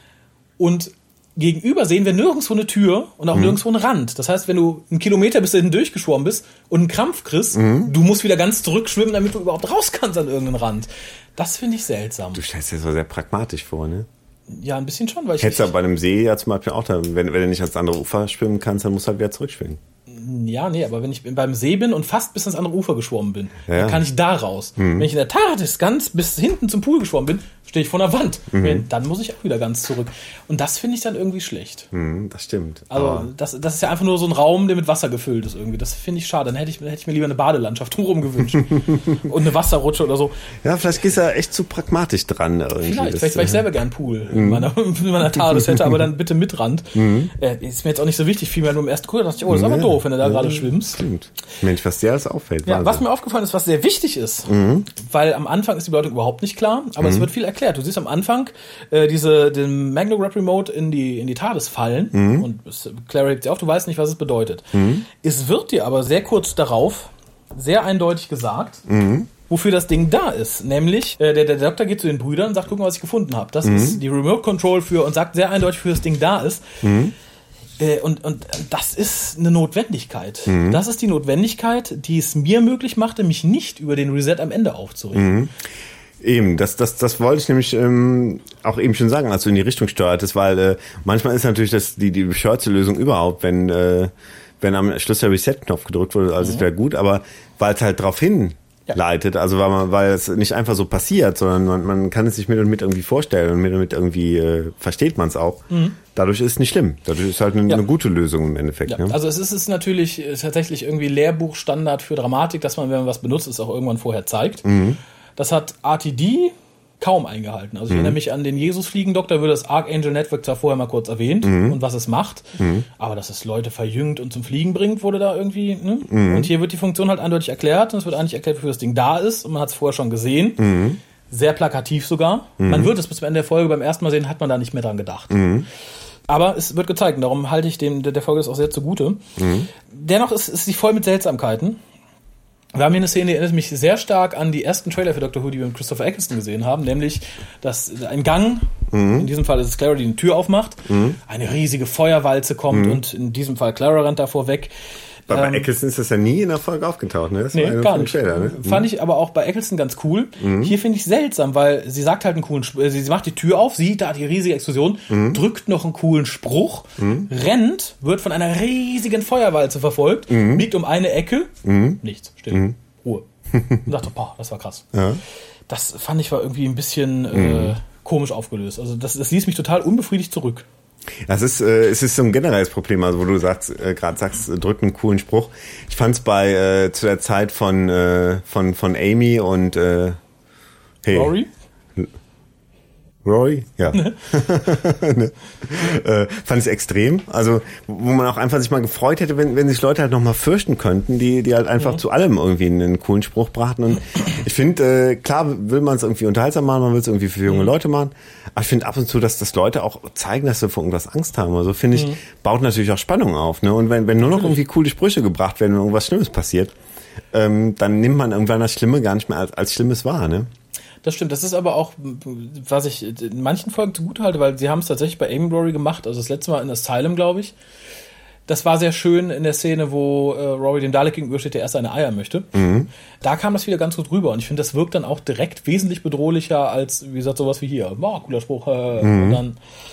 Und gegenüber sehen wir nirgendwo eine Tür und auch mhm. nirgendwo einen Rand. Das heißt, wenn du einen Kilometer bis dahin durchgeschwommen bist und einen Krampf kriegst, mhm. du musst wieder ganz zurückschwimmen, damit du überhaupt raus kannst an irgendeinen Rand. Das finde ich seltsam. Du stellst dir so sehr pragmatisch vor, ne? Ja, ein bisschen schon. Weil ich hättest du bei einem See ja zum Beispiel auch, da, wenn, wenn du nicht ans andere Ufer schwimmen kannst, dann musst du halt wieder zurückschwimmen. Ja, nee, aber wenn ich beim See bin und fast bis ans andere Ufer geschwommen bin, ja. dann kann ich da raus. Mhm. Wenn ich in der TARDIS ganz bis hinten zum Pool geschwommen bin, stehe ich vor einer Wand. Mhm. Dann muss ich auch wieder ganz zurück. Und das finde ich dann irgendwie schlecht. Mhm, das stimmt. Also aber das, das ist ja einfach nur so ein Raum, der mit Wasser gefüllt ist irgendwie. Das finde ich schade. Dann hätte ich, hätte ich mir lieber eine Badelandschaft drumherum gewünscht. Und eine Wasserrutsche oder so. Ja, vielleicht gehst du ja echt zu pragmatisch dran. Irgendwie. Vielleicht, das, vielleicht weil ich selber gern einen Pool mhm. in meiner, in meiner TARDIS hätte, aber dann bitte mit Rand. Mhm. Äh, ist mir jetzt auch nicht so wichtig. Vielmehr nur im ersten Kurs dachte ich, oh, das ist aber ja. doof, wenn du da ja. gerade schwimmst. Stimmt. Mensch, was dir alles auffällt. Ja, was mir aufgefallen ist, was sehr wichtig ist, mhm. weil am Anfang ist die Bedeutung überhaupt nicht klar, aber mhm. es wird viel erklärt. Du siehst am Anfang äh, diese den Magnograph Remote in die in die TARDIS fallen mhm. und Clara hebt sie auf, du weißt nicht, was es bedeutet. Mhm. Es wird dir aber sehr kurz darauf sehr eindeutig gesagt, mhm. wofür das Ding da ist. Nämlich, äh, der, der Doktor geht zu den Brüdern und sagt, guck mal, was ich gefunden habe. Das mhm. ist die Remote Control für und sagt sehr eindeutig, wofür das Ding da ist. Mhm. Äh, und, und das ist eine Notwendigkeit. Mhm. Das ist die Notwendigkeit, die es mir möglich machte, mich nicht über den Reset am Ende aufzuregen. Mhm. Eben, das, das, das wollte ich nämlich ähm, auch eben schon sagen, als du in die Richtung steuertest, weil äh, manchmal ist natürlich das die, die bescheuerte Lösung überhaupt, wenn, äh, wenn am Schluss der Reset-Knopf gedrückt wurde, also mhm. es wäre gut, aber weil es halt darauf hin ja. leitet, also weil man, weil es nicht einfach so passiert, sondern man, man kann es sich mit und mit irgendwie vorstellen und mit und mit irgendwie äh, versteht man es auch. Mhm. Dadurch ist es nicht schlimm. Dadurch ist halt eine, ja. eine gute Lösung im Endeffekt. Ja. Ne? Also es ist, es ist natürlich tatsächlich irgendwie Lehrbuchstandard für Dramatik, dass man, wenn man was benutzt, es auch irgendwann vorher zeigt. Mhm. Das hat R T D kaum eingehalten. Also ich mhm. erinnere mich an den Jesus-Fliegendoktor, würde das Archangel Network zwar vorher mal kurz erwähnt mhm. und was es macht, mhm. aber dass es Leute verjüngt und zum Fliegen bringt, wurde da irgendwie, ne? Mhm. Und hier wird die Funktion halt eindeutig erklärt und es wird eigentlich erklärt, wofür das Ding da ist und man hat es vorher schon gesehen. Mhm. Sehr plakativ sogar. Mhm. Man wird es bis zum Ende der Folge beim ersten Mal sehen, hat man da nicht mehr dran gedacht. Mhm. Aber es wird gezeigt und darum halte ich dem, der Folge das auch sehr zugute. Mhm. Dennoch ist, ist sie voll mit Seltsamkeiten. Wir haben hier eine Szene, die erinnert mich sehr stark an die ersten Trailer für Doctor Who, die wir mit Christopher Eccleston gesehen haben, nämlich, dass ein Gang, mhm. in diesem Fall ist es Clara, die eine Tür aufmacht, mhm. eine riesige Feuerwalze kommt mhm. und in diesem Fall Clara rennt davor weg. Bei, bei Eccleston ist das ja nie in der Folge aufgetaucht, ne? Das nee, gar nicht. Trailer, ne? Fand mhm. ich aber auch bei Eccleston ganz cool. Mhm. Hier finde ich seltsam, weil sie sagt halt einen coolen Spruch, sie macht die Tür auf, sieht da die riesige Explosion, mhm. drückt noch einen coolen Spruch, mhm. rennt, wird von einer riesigen Feuerwalze verfolgt, mhm. biegt um eine Ecke, mhm. nichts, still, mhm. Ruhe. Und dachte, boah, das war krass. Ja. Das fand ich war irgendwie ein bisschen mhm. äh, komisch aufgelöst. Also das, das ließ mich total unbefriedigt zurück. Das ist, äh, es ist so ein generelles Problem, also wo du sagst, äh, gerade sagst, drückt einen coolen Spruch. Ich fand es bei äh, zu der Zeit von äh, von von Amy und äh, hey. Rory? Rory? Ja. ne? äh, fand ich extrem. Also, wo man auch einfach sich mal gefreut hätte, wenn, wenn sich Leute halt nochmal fürchten könnten, die, die halt einfach mhm. zu allem irgendwie einen coolen Spruch brachten. Und ich finde, äh, klar will man es irgendwie unterhaltsam machen, man will es irgendwie für junge mhm. Leute machen. Aber ich finde ab und zu, dass das Leute auch zeigen, dass sie vor irgendwas Angst haben. Also finde ich, mhm. baut natürlich auch Spannung auf. Ne? Und wenn, wenn nur noch irgendwie coole Sprüche gebracht werden, wenn irgendwas Schlimmes passiert, ähm, dann nimmt man irgendwann das Schlimme gar nicht mehr als, als Schlimmes wahr, ne? Das stimmt, das ist aber auch, was ich in manchen Folgen zugute halte, weil sie haben es tatsächlich bei Amy Rory gemacht, also das letzte Mal in Asylum, glaube ich. Das war sehr schön in der Szene, wo äh, Rory dem Dalek gegenübersteht, der erst seine Eier möchte. Mhm. Da kam das wieder ganz gut rüber und ich finde, das wirkt dann auch direkt wesentlich bedrohlicher als, wie gesagt, sowas wie hier. Wow, cooler Spruch. Äh, mhm. Und dann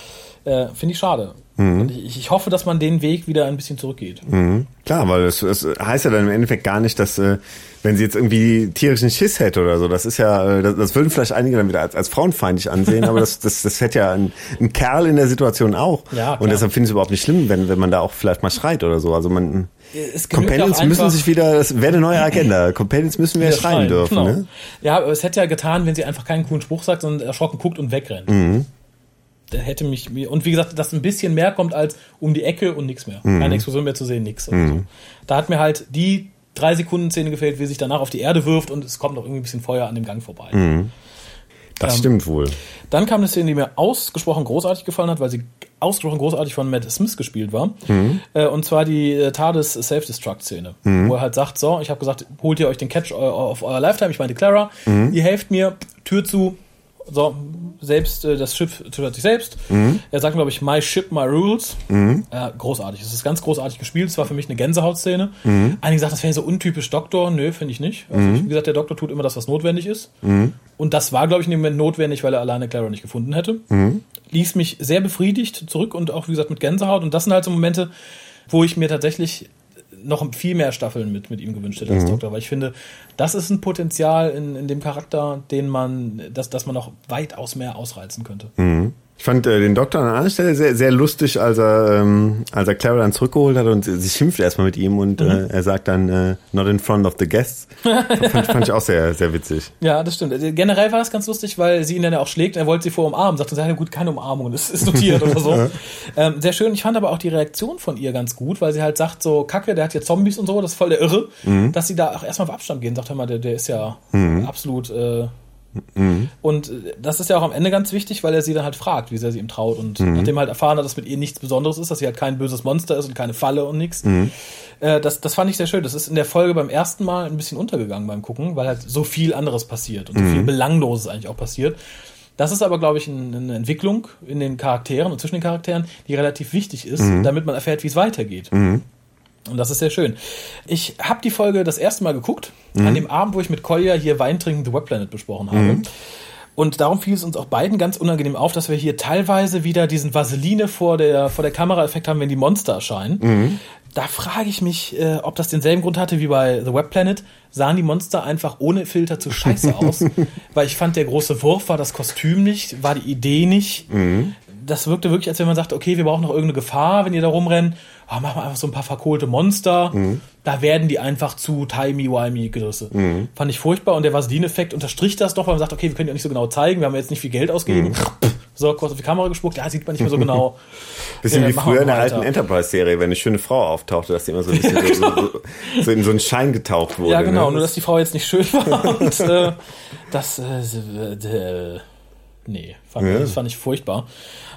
Äh, Finde ich schade. Mhm. Und ich, ich hoffe, dass man den Weg wieder ein bisschen zurückgeht. Mhm. Klar, weil es, es heißt ja dann im Endeffekt gar nicht, dass, äh, wenn sie jetzt irgendwie tierischen Schiss hätte oder so, das ist ja, das, das würden vielleicht einige dann wieder als, als frauenfeindlich ansehen, aber das, das, das hätte ja ein, ein Kerl in der Situation auch. Ja, klar. Und deshalb finde ich es überhaupt nicht schlimm, wenn, wenn man da auch vielleicht mal schreit oder so. Also man, Companions müssen sich wieder, das wäre eine neue Agenda. Companions müssen wir schreien, schreien dürfen. Genau. Ne? Ja, aber es hätte ja getan, wenn sie einfach keinen coolen Spruch sagt, sondern erschrocken guckt und wegrennt. Mhm. Da hätte mich, und wie gesagt, dass ein bisschen mehr kommt als um die Ecke und nichts mehr. Mhm. Keine Explosion mehr zu sehen, nichts. Mhm. So. Da hat mir halt die drei Sekunden Szene gefehlt, wie sich danach auf die Erde wirft und es kommt noch irgendwie ein bisschen Feuer an dem Gang vorbei. Mhm. Das ähm, stimmt wohl. Dann kam eine Szene, die mir ausgesprochen großartig gefallen hat, weil sie ausgesprochen großartig von Matt Smith gespielt war. Mhm. Äh, und zwar die äh, TARDIS Self-Destruct-Szene, mhm. wo er halt sagt, so, ich habe gesagt, holt ihr euch den Catch auf euer Lifetime, ich meinte Clara, mhm. ihr helft mir, Tür zu, so, selbst, äh, das Schiff tötet sich selbst. Mhm. Er sagt, glaube ich, my ship, my rules. Mhm. Ja, großartig. Es ist ganz großartig gespielt. Es war für mich eine Gänsehautszene. Mhm. Einige sagen, das wäre so untypisch Doktor. Nö, finde ich nicht. Also, mhm. wie gesagt, der Doktor tut immer das, was notwendig ist. Mhm. Und das war, glaube ich, in dem Moment notwendig, weil er alleine Clara nicht gefunden hätte. Mhm. Ließ mich sehr befriedigt zurück und auch, wie gesagt, mit Gänsehaut. Und das sind halt so Momente, wo ich mir tatsächlich noch viel mehr Staffeln mit, mit ihm gewünscht hätte als mhm. Doktor, weil ich finde, das ist ein Potenzial in, in dem Charakter, den man, dass, dass man noch weitaus mehr ausreizen könnte. Mhm. Ich fand äh, den Doktor an einer Stelle sehr, sehr lustig, als er, ähm, als er Clara dann zurückgeholt hat und sie, sie schimpft erstmal mit ihm und mhm. äh, er sagt dann, äh, not in front of the guests. fand, fand ich auch sehr, sehr witzig. Ja, das stimmt. Generell war das ganz lustig, weil sie ihn dann ja auch schlägt, er wollte sie vor umarmen, sagt, ja gut, keine Umarmung, das ist notiert oder so. Ja. Ähm, sehr schön. Ich fand aber auch die Reaktion von ihr ganz gut, weil sie halt sagt so, Kacke, der hat jetzt Zombies und so, das ist voll der Irre, mhm. dass sie da auch erstmal auf Abstand gehen, sagt, hör mal, der, der ist ja mhm. absolut, äh, Mhm. Und das ist ja auch am Ende ganz wichtig, weil er sie dann halt fragt, wie sehr sie ihm traut und mhm. nachdem er halt erfahren hat, dass mit ihr nichts Besonderes ist, dass sie halt kein böses Monster ist und keine Falle und nichts. Mhm. Äh, das, das fand ich sehr schön. Das ist in der Folge beim ersten Mal ein bisschen untergegangen beim Gucken, weil halt so viel anderes passiert und so viel mhm. Belangloses eigentlich auch passiert. Das ist aber, glaube ich, ein, eine Entwicklung in den Charakteren und zwischen den Charakteren, die relativ wichtig ist, mhm. damit man erfährt, wie es weitergeht. Mhm. Und das ist sehr schön. Ich habe die Folge das erste Mal geguckt, mhm. an dem Abend, wo ich mit Kolja hier Wein trinken The Web Planet besprochen habe. Mhm. Und darum fiel es uns auch beiden ganz unangenehm auf, dass wir hier teilweise wieder diesen Vaseline vor der, vor der Kamera-Effekt haben, wenn die Monster erscheinen. Mhm. Da frage ich mich, äh, ob das denselben Grund hatte wie bei The Web Planet. Sahen die Monster einfach ohne Filter zu scheiße aus? Weil ich fand, der große Wurf war das Kostüm nicht, war die Idee nicht. Mhm. Das wirkte wirklich, als wenn man sagt, okay, wir brauchen noch irgendeine Gefahr, wenn ihr da rumrennt. Oh, machen wir einfach so ein paar verkohlte Monster. Mhm. Da werden die einfach zu timey-wimey gerissen. Mhm. Fand ich furchtbar. Und der Vaseline-Effekt unterstrich das doch, weil man sagt, okay, wir können die auch nicht so genau zeigen. Wir haben jetzt nicht viel Geld ausgegeben. Mhm. So, kurz auf die Kamera gespuckt. Ja, sieht man nicht mehr so genau. Bisschen äh, wie früher in der alten Enterprise-Serie, wenn eine schöne Frau auftauchte, dass die immer so ein bisschen ja, genau. so, so, so in so einen Schein getaucht wurde. Ja, genau. Ne? Nur, dass die Frau jetzt nicht schön war. Und äh, das, äh, äh, nee, fand, ja. das fand ich furchtbar.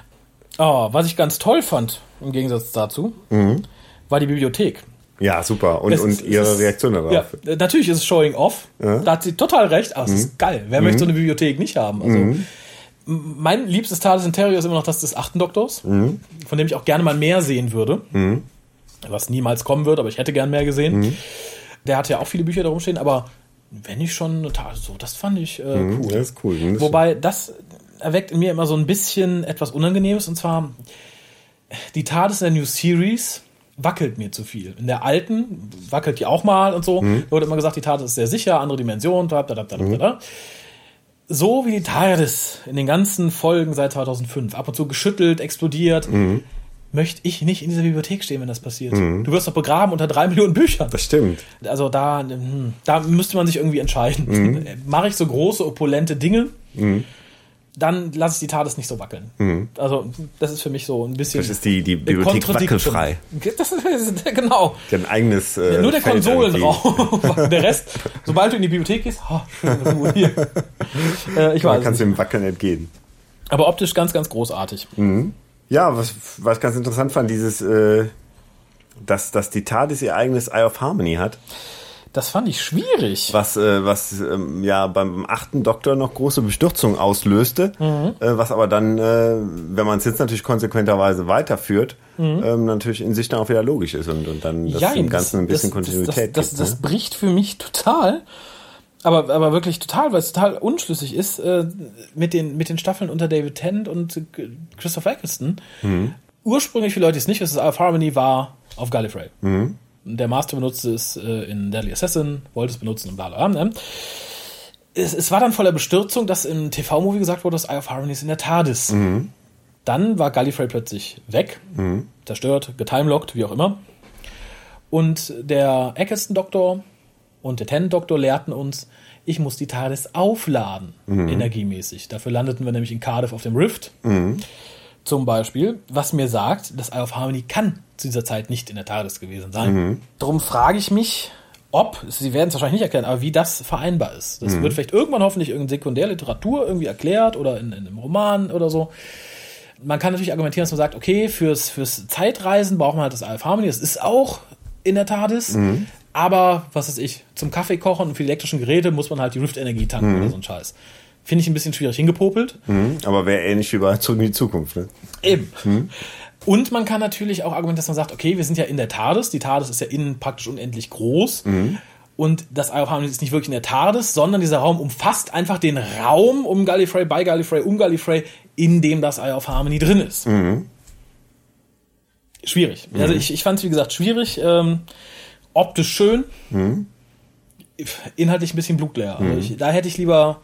Oh, was ich ganz toll fand, im Gegensatz dazu, mhm. war die Bibliothek. Ja, super. Und, es, und ihre ist, Reaktion darauf. Ja, natürlich ist es Showing Off. Ja. Da hat sie total recht, aber mhm. es ist geil. Wer mhm. möchte so eine Bibliothek nicht haben? Also, mhm. mein liebstes TARDIS Interior ist immer noch das des achten Doktors, mhm. von dem ich auch gerne mal mehr sehen würde. Mhm. Was niemals kommen wird, aber ich hätte gern mehr gesehen. Mhm. Der hat ja auch viele Bücher darum stehen, aber wenn ich schon eine TARDIS, so, das fand ich äh, mhm. cool. Das ist cool. Das Wobei, das erweckt in mir immer so ein bisschen etwas Unangenehmes, und zwar die TARDIS in der New Series wackelt mir zu viel. In der alten wackelt die auch mal und so. Mhm. Da wurde immer gesagt, die TARDIS ist sehr sicher, andere Dimension, da, da, da, da, mhm. da. So wie die TARDIS in den ganzen Folgen seit zweitausendfünf, ab und zu geschüttelt, explodiert, mhm. möchte ich nicht in dieser Bibliothek stehen, wenn das passiert. Mhm. Du wirst doch begraben unter drei Millionen Büchern. Das stimmt. Also da, da müsste man sich irgendwie entscheiden. Mhm. Mache ich so große, opulente Dinge, mhm. dann lasse ich die TARDIS nicht so wackeln. Mhm. Also das ist für mich so ein bisschen... Das ist die, die Bibliothek wackelfrei. Das ist, genau. Die hat ein eigenes äh, Nur der Feld Konsolenraum. Der Rest, sobald du in die Bibliothek gehst, oh, schöne Ruhe hier. äh, ich weiß Da kannst du dem Wackeln entgehen. Aber optisch ganz, ganz großartig. Mhm. Ja, was, was ich ganz interessant fand, dieses, äh, dass, dass die TARDIS ihr eigenes Eye of Harmony hat. Das fand ich schwierig. Was, äh, was ähm, ja beim achten Doktor noch große Bestürzung auslöste, mhm. äh, was aber dann, äh, wenn man es jetzt natürlich konsequenterweise weiterführt, mhm. ähm, natürlich in sich dann auch wieder logisch ist und, und dann das ja, im Ganzen ein bisschen das, Kontinuität das, das, gibt. Das, das, das bricht für mich total Aber, aber wirklich total, weil es total unschlüssig ist, äh, mit den, mit den Staffeln unter David Tennant und Christopher Eccleston. Mhm. Ursprünglich, für Leute, die es nicht wissen, Alpha Harmony war auf Gallifrey. Mhm. Der Master benutzte es äh, in Deadly Assassin, wollte es benutzen und bla bla bla. Es, es war dann voller Bestürzung, dass im T V-Movie gesagt wurde, dass Alpha Harmony ist in der TARDIS. Mhm. Dann war Gallifrey plötzlich weg, mhm. zerstört, getimelockt, wie auch immer. Und der Eccleston-Doktor und der Tennant-Doktor lehrten uns, ich muss die TARDIS aufladen, mhm. energiemäßig. Dafür landeten wir nämlich in Cardiff auf dem Rift. Mhm. Zum Beispiel, was mir sagt, dass Eye of Harmony kann zu dieser Zeit nicht in der TARDIS gewesen sein. Mhm. Darum frage ich mich, ob, Sie werden es wahrscheinlich nicht erklären, aber wie das vereinbar ist. Das mhm. wird vielleicht irgendwann hoffentlich in Sekundärliteratur irgendwie erklärt oder in, in einem Roman oder so. Man kann natürlich argumentieren, dass man sagt, okay, fürs, fürs Zeitreisen braucht man halt das Eye of Harmony. Das ist auch in der TARDIS. Mhm. Aber, was weiß ich, zum Kaffee kochen und für die elektrischen Geräte muss man halt die Rift-Energie tanken mhm. oder so ein Scheiß. Finde ich ein bisschen schwierig hingepopelt. Mhm. Aber wäre ähnlich wie bei Zurück in die Zukunft. Ne? Eben. Mhm. Und man kann natürlich auch argumentieren, dass man sagt, okay, wir sind ja in der TARDIS. Die TARDIS ist ja innen praktisch unendlich groß. Mhm. Und das Eye of Harmony ist nicht wirklich in der TARDIS, sondern dieser Raum umfasst einfach den Raum um Gallifrey, bei Gallifrey, um Gallifrey, in dem das Eye of Harmony drin ist. Mhm. Schwierig. Mhm. Also ich, ich fand es, wie gesagt, schwierig. Ähm, optisch schön. Mhm. Inhaltlich ein bisschen blutleer. Mhm. Also ich, da hätte ich lieber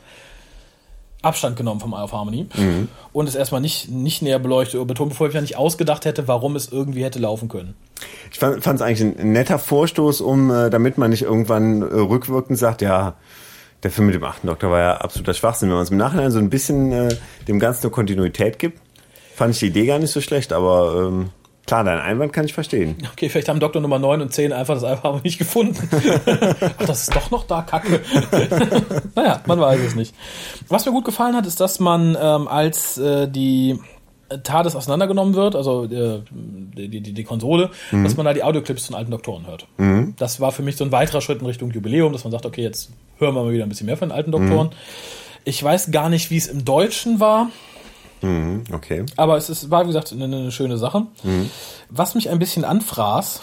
Abstand genommen vom Eye of Harmony mhm. und es erstmal nicht, nicht näher beleuchtet oder betont, bevor ich mir nicht ausgedacht hätte, warum es irgendwie hätte laufen können. Ich fand es eigentlich ein netter Vorstoß, um, äh, damit man nicht irgendwann äh, rückwirkend sagt, ja, der Film mit dem achten Doktor war ja absoluter Schwachsinn. Wenn man es im Nachhinein so ein bisschen äh, dem Ganzen eine Kontinuität gibt, fand ich die Idee gar nicht so schlecht, aber ähm, klar, deinen Einwand kann ich verstehen. Okay, vielleicht haben Doktor Nummer neun und zehn einfach das einfach nicht gefunden. Ach, das ist doch noch da, Kacke. Naja, man weiß es nicht. Was mir gut gefallen hat, ist, dass man ähm, als äh, die TARDIS auseinandergenommen wird, also äh, die, die, die Konsole, mhm. dass man da die Audioclips von alten Doktoren hört. Mhm. Das war für mich so ein weiterer Schritt in Richtung Jubiläum, dass man sagt, okay, jetzt hören wir mal wieder ein bisschen mehr von den alten Doktoren. Mhm. Ich weiß gar nicht, wie es im Deutschen war. Mhm, okay. Aber es ist, war, wie gesagt, eine, eine schöne Sache. Mhm. Was mich ein bisschen anfraß,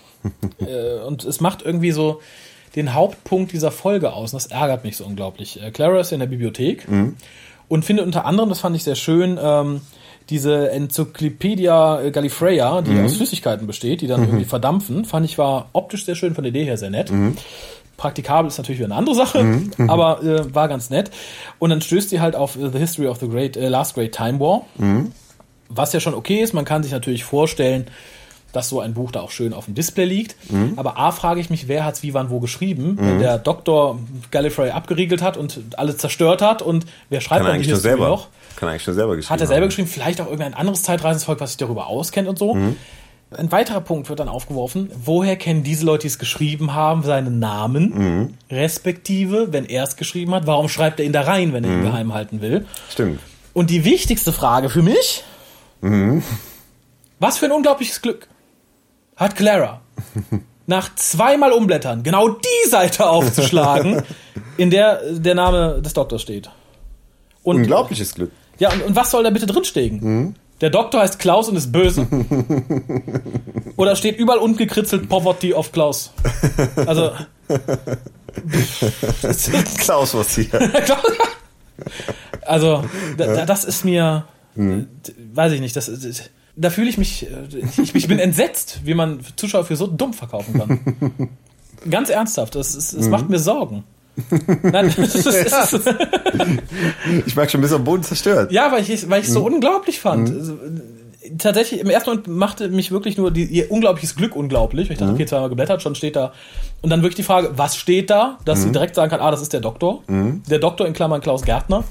äh, und es macht irgendwie so den Hauptpunkt dieser Folge aus, und das ärgert mich so unglaublich. Äh, Clara ist in der Bibliothek mhm. und findet unter anderem, das fand ich sehr schön, ähm, diese Enzyklopädia Gallifreya, die mhm. aus Flüssigkeiten besteht, die dann mhm. irgendwie verdampfen, fand ich war optisch sehr schön, von der Idee her sehr nett. Mhm. Praktikabel ist natürlich wieder eine andere Sache, mhm. aber äh, war ganz nett. Und dann stößt sie halt auf uh, The History of the Great uh, Last Great Time War, mhm. was ja schon okay ist. Man kann sich natürlich vorstellen, dass so ein Buch da auch schön auf dem Display liegt. Mhm. Aber A, frage ich mich, wer hat's wie, wann, wo geschrieben, mhm. wenn der Doktor Gallifrey abgeriegelt hat und alles zerstört hat und wer schreibt dann die History noch? Kann er eigentlich schon selber geschrieben Hat er selber haben. geschrieben, vielleicht auch irgendein anderes Zeitreisensvolk, was sich darüber auskennt und so. Mhm. Ein weiterer Punkt wird dann aufgeworfen. Woher kennen diese Leute, die es geschrieben haben, seinen Namen? Mhm. Respektive, wenn er es geschrieben hat, warum schreibt er ihn da rein, wenn er ihn mhm. geheim halten will? Stimmt. Und die wichtigste Frage für mich, mhm. was für ein unglaubliches Glück hat Clara, nach zweimal Umblättern genau die Seite aufzuschlagen, in der der Name des Doktors steht. Und, unglaubliches Glück. Ja, und, und was soll da bitte drinstehen? Mhm. Der Doktor heißt Klaus und ist böse. Oder steht überall unten gekritzelt Poverty of Klaus. Also. Klaus was hier. Also, da, das ist mir, mhm. weiß ich nicht, das, da fühle ich mich, ich, ich bin entsetzt, wie man Zuschauer für so dumm verkaufen kann. Ganz ernsthaft, das, ist, das mhm. macht mir Sorgen. Nein, das ist, das ist ich merke schon, ein bisschen am Boden zerstört. Ja, weil ich weil ich so mhm. unglaublich fand. Mhm. Also, tatsächlich, im ersten Moment machte mich wirklich nur die, ihr unglaubliches Glück unglaublich. Ich dachte, mhm. okay, zweimal geblättert, schon steht da. Und dann wirklich die Frage, was steht da, dass mhm. sie direkt sagen kann, ah, das ist der Doktor. Mhm. Der Doktor in Klammern Klaus Gärtner.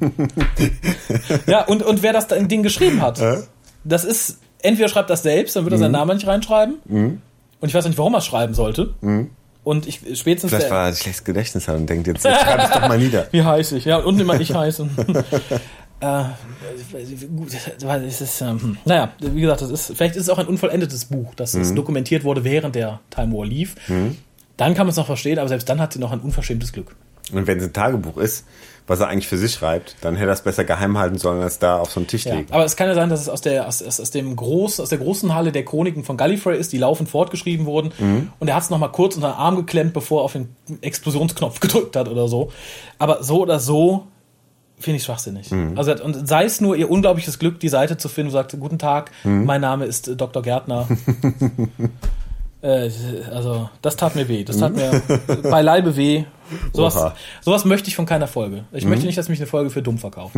Ja, und, und wer das Ding geschrieben hat. Äh? Das ist, entweder schreibt das selbst, dann wird er mhm. seinen Namen nicht reinschreiben. Mhm. Und ich weiß nicht, warum er es schreiben sollte. Mhm. Und ich spätestens. Vielleicht weil er ein schlechtes Gedächtnis hat und denkt, jetzt, jetzt schreib es doch mal nieder. Wie heiß ich? Ja, und immer ich heiße. äh, gut, es ist, ähm, naja, wie gesagt, das ist, vielleicht ist es auch ein unvollendetes Buch, dass mhm. es dokumentiert wurde, während der Time War lief. Mhm. Dann kann man es noch verstehen, aber selbst dann hat sie noch ein unverschämtes Glück. Und wenn es ein Tagebuch ist, was er eigentlich für sich schreibt, dann hätte er es besser geheim halten sollen, als da auf so einem Tisch ja, liegt. Aber es kann ja sein, dass es aus der, aus, aus, dem Groß, aus der großen Halle der Chroniken von Gallifrey ist, die laufend fortgeschrieben wurden. Mhm. Und er hat es nochmal kurz unter den Arm geklemmt, bevor er auf den Explosionsknopf gedrückt hat oder so. Aber so oder so finde ich schwachsinnig. Mhm. Also, und sei es nur ihr unglaubliches Glück, die Seite zu finden, wo sagt, guten Tag, mhm. mein Name ist äh, Doktor Gärtner. äh, also, das tat mir weh. Das tat mir beileibe weh. Sowas, sowas möchte ich von keiner Folge. Ich mhm. möchte nicht, dass mich eine Folge für dumm verkauft.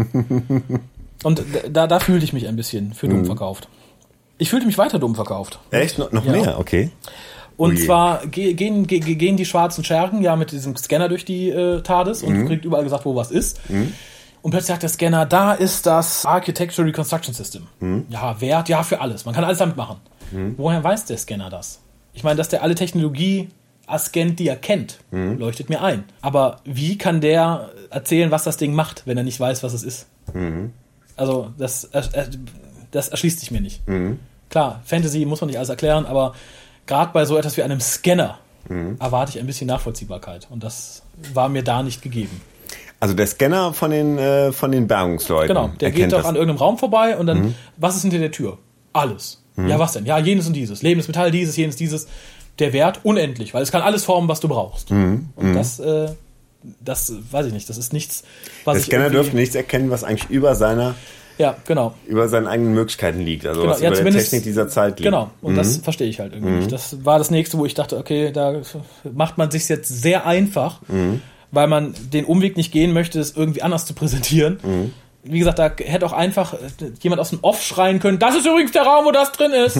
Und da, da fühlte ich mich ein bisschen für dumm mhm. verkauft. Ich fühlte mich weiter dumm verkauft. Echt? No, noch ja. mehr? Okay. Und oh zwar ge- gehen, ge- gehen die schwarzen Schergen ja mit diesem Scanner durch die äh, TARDIS und mhm. kriegt überall gesagt, wo was ist. Mhm. Und plötzlich sagt der Scanner, da ist das Architecture Reconstruction System. Mhm. Ja, Wert, ja, für alles. Man kann alles damit machen. Mhm. Woher weiß der Scanner das? Ich meine, dass der alle Technologie scannt, die er kennt, mhm. leuchtet mir ein. Aber wie kann der erzählen, was das Ding macht, wenn er nicht weiß, was es ist? Mhm. Also, das, das erschließt sich mir nicht. Mhm. Klar, Fantasy muss man nicht alles erklären, aber gerade bei so etwas wie einem Scanner mhm. erwarte ich ein bisschen Nachvollziehbarkeit. Und das war mir da nicht gegeben. Also der Scanner von den, äh, von den Bergungsleuten. Genau, der geht doch das an irgendeinem Raum vorbei und dann, mhm. was ist hinter der Tür? Alles. Mhm. Ja, was denn? Ja, jenes und dieses. Lebendes Metall, dieses, jenes, dieses. Der Wert unendlich, weil es kann alles formen, was du brauchst. Mhm. Und mhm. das, äh, das weiß ich nicht, das ist nichts, was der ich Scanner dürfte nichts erkennen, was eigentlich über seiner, ja, genau. über seinen eigenen Möglichkeiten liegt, also genau. was ja, über der Technik dieser Zeit liegt. Genau, und mhm. das verstehe ich halt irgendwie mhm. nicht. Das war das Nächste, wo ich dachte, okay, da macht man sich jetzt sehr einfach, mhm. weil man den Umweg nicht gehen möchte, es irgendwie anders zu präsentieren. Mhm. Wie gesagt, da hätte auch einfach jemand aus dem Off schreien können, das ist übrigens der Raum, wo das drin ist.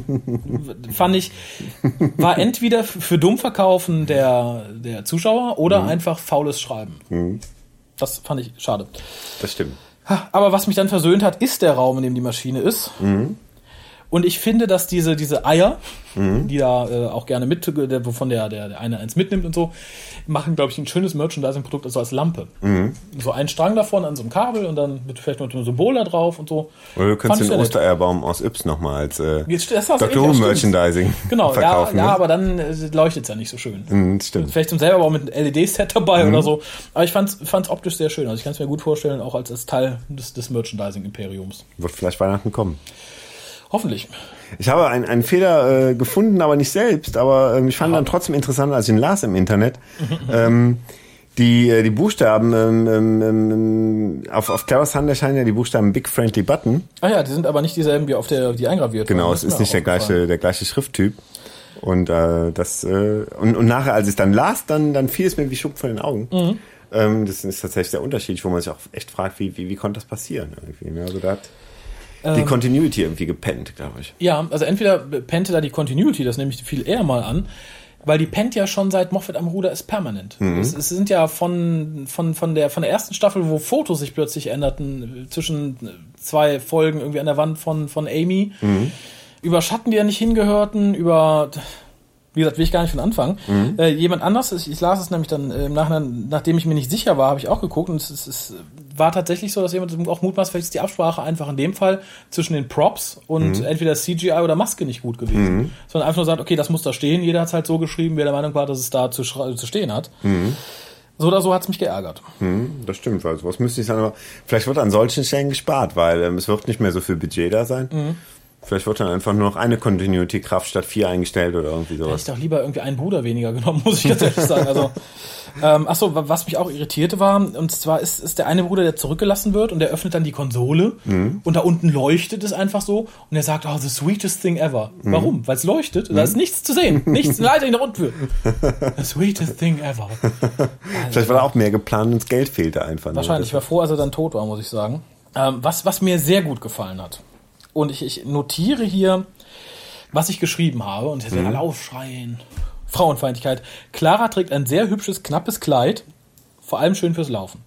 Fand ich, war entweder für Dummverkaufen der, der Zuschauer oder mhm. einfach faules Schreiben. Mhm. Das fand ich schade. Das stimmt. Aber was mich dann versöhnt hat, ist der Raum, in dem die Maschine ist. Mhm. Und ich finde, dass diese, diese Eier, mhm. die da äh, auch gerne mit, der, wovon der, der, der eine eins mitnimmt und so, machen, glaube ich, ein schönes Merchandising-Produkt, also als Lampe. Mhm. So ein Strang davon an so einem Kabel und dann mit vielleicht noch einem Symbol da drauf und so. Oder du könntest den Ostereierbaum aus Yps nochmal als äh, Doctor Who Merchandising genau, verkaufen. Ja, ne? ja, aber dann äh, leuchtet es ja nicht so schön. Mhm, stimmt. Vielleicht zum selber auch mit einem L E D-Set dabei mhm. oder so. Aber ich fand es optisch sehr schön. Also ich kann es mir gut vorstellen, auch als, als Teil des, des Merchandising-Imperiums. Wird vielleicht Weihnachten kommen. Hoffentlich. Ich habe einen, einen Fehler äh, gefunden, aber nicht selbst, aber ähm, ich fand Aha. dann trotzdem interessant, als ich ihn las im Internet. ähm, die, äh, die Buchstaben, ähm, ähm, auf, auf Clara's Hand erscheinen ja die Buchstaben Big Friendly Button. Ah ja, die sind aber nicht dieselben, wie auf der, die eingraviert Genau, waren. Es ist nicht der gleiche, der gleiche Schrifttyp. Und äh, das äh, und, und nachher, als ich es dann las, dann, dann fiel es mir wie Schuppen von den Augen. Mhm. Ähm, das ist tatsächlich der Unterschied, wo man sich auch echt fragt, wie, wie, wie konnte das passieren irgendwie. Also da hat die Continuity irgendwie gepennt, glaube ich. Ja, also entweder pennte da die Continuity, das nehme ich viel eher mal an, weil die pennt ja schon seit Moffat am Ruder ist permanent. Mhm. Es, es sind ja von, von, von, der, von der ersten Staffel, wo Fotos sich plötzlich änderten, zwischen zwei Folgen irgendwie an der Wand von, von Amy, mhm. über Schatten, die ja nicht hingehörten, über... Wie gesagt, will ich gar nicht von anfangen. Mhm. Äh, jemand anders, ich, ich las es nämlich dann äh, im Nachhinein, nachdem ich mir nicht sicher war, habe ich auch geguckt und es, es, es war tatsächlich so, dass jemand auch mutmaßt, vielleicht ist die Absprache einfach in dem Fall zwischen den Props und mhm. entweder C G I oder Maske nicht gut gewesen. Mhm. Sondern einfach nur sagt, okay, das muss da stehen, jeder hat es halt so geschrieben, wer der Meinung war, dass es da zu, zu stehen hat. Mhm. So oder so hat es mich geärgert. Mhm, das stimmt, weil sowas müsste ich sagen, aber vielleicht wird an solchen Stellen gespart, weil ähm, es wird nicht mehr so viel Budget da sein. Mhm. Vielleicht wird dann einfach nur noch eine Continuity-Kraft statt vier eingestellt oder irgendwie sowas. Hätte ich doch lieber irgendwie einen Bruder weniger genommen, muss ich ganz ehrlich sagen. Also, ähm, achso, was mich auch irritierte war, und zwar ist, ist der eine Bruder, der zurückgelassen wird und der öffnet dann die Konsole mhm. und da unten leuchtet es einfach so und er sagt, oh, the sweetest thing ever. Mhm. Warum? Weil es leuchtet, mhm. da ist nichts zu sehen. Nichts, eine Leiter, die nach unten führt. The sweetest thing ever. Also, vielleicht war da auch mehr geplant und das Geld fehlte einfach. Wahrscheinlich, ich war froh, als er dann tot war, muss ich sagen. Ähm, was, was mir sehr gut gefallen hat. Und ich, ich notiere hier, was ich geschrieben habe. Und jetzt werden alle aufschreien. Frauenfeindlichkeit. Clara trägt ein sehr hübsches, knappes Kleid. Vor allem schön fürs Laufen.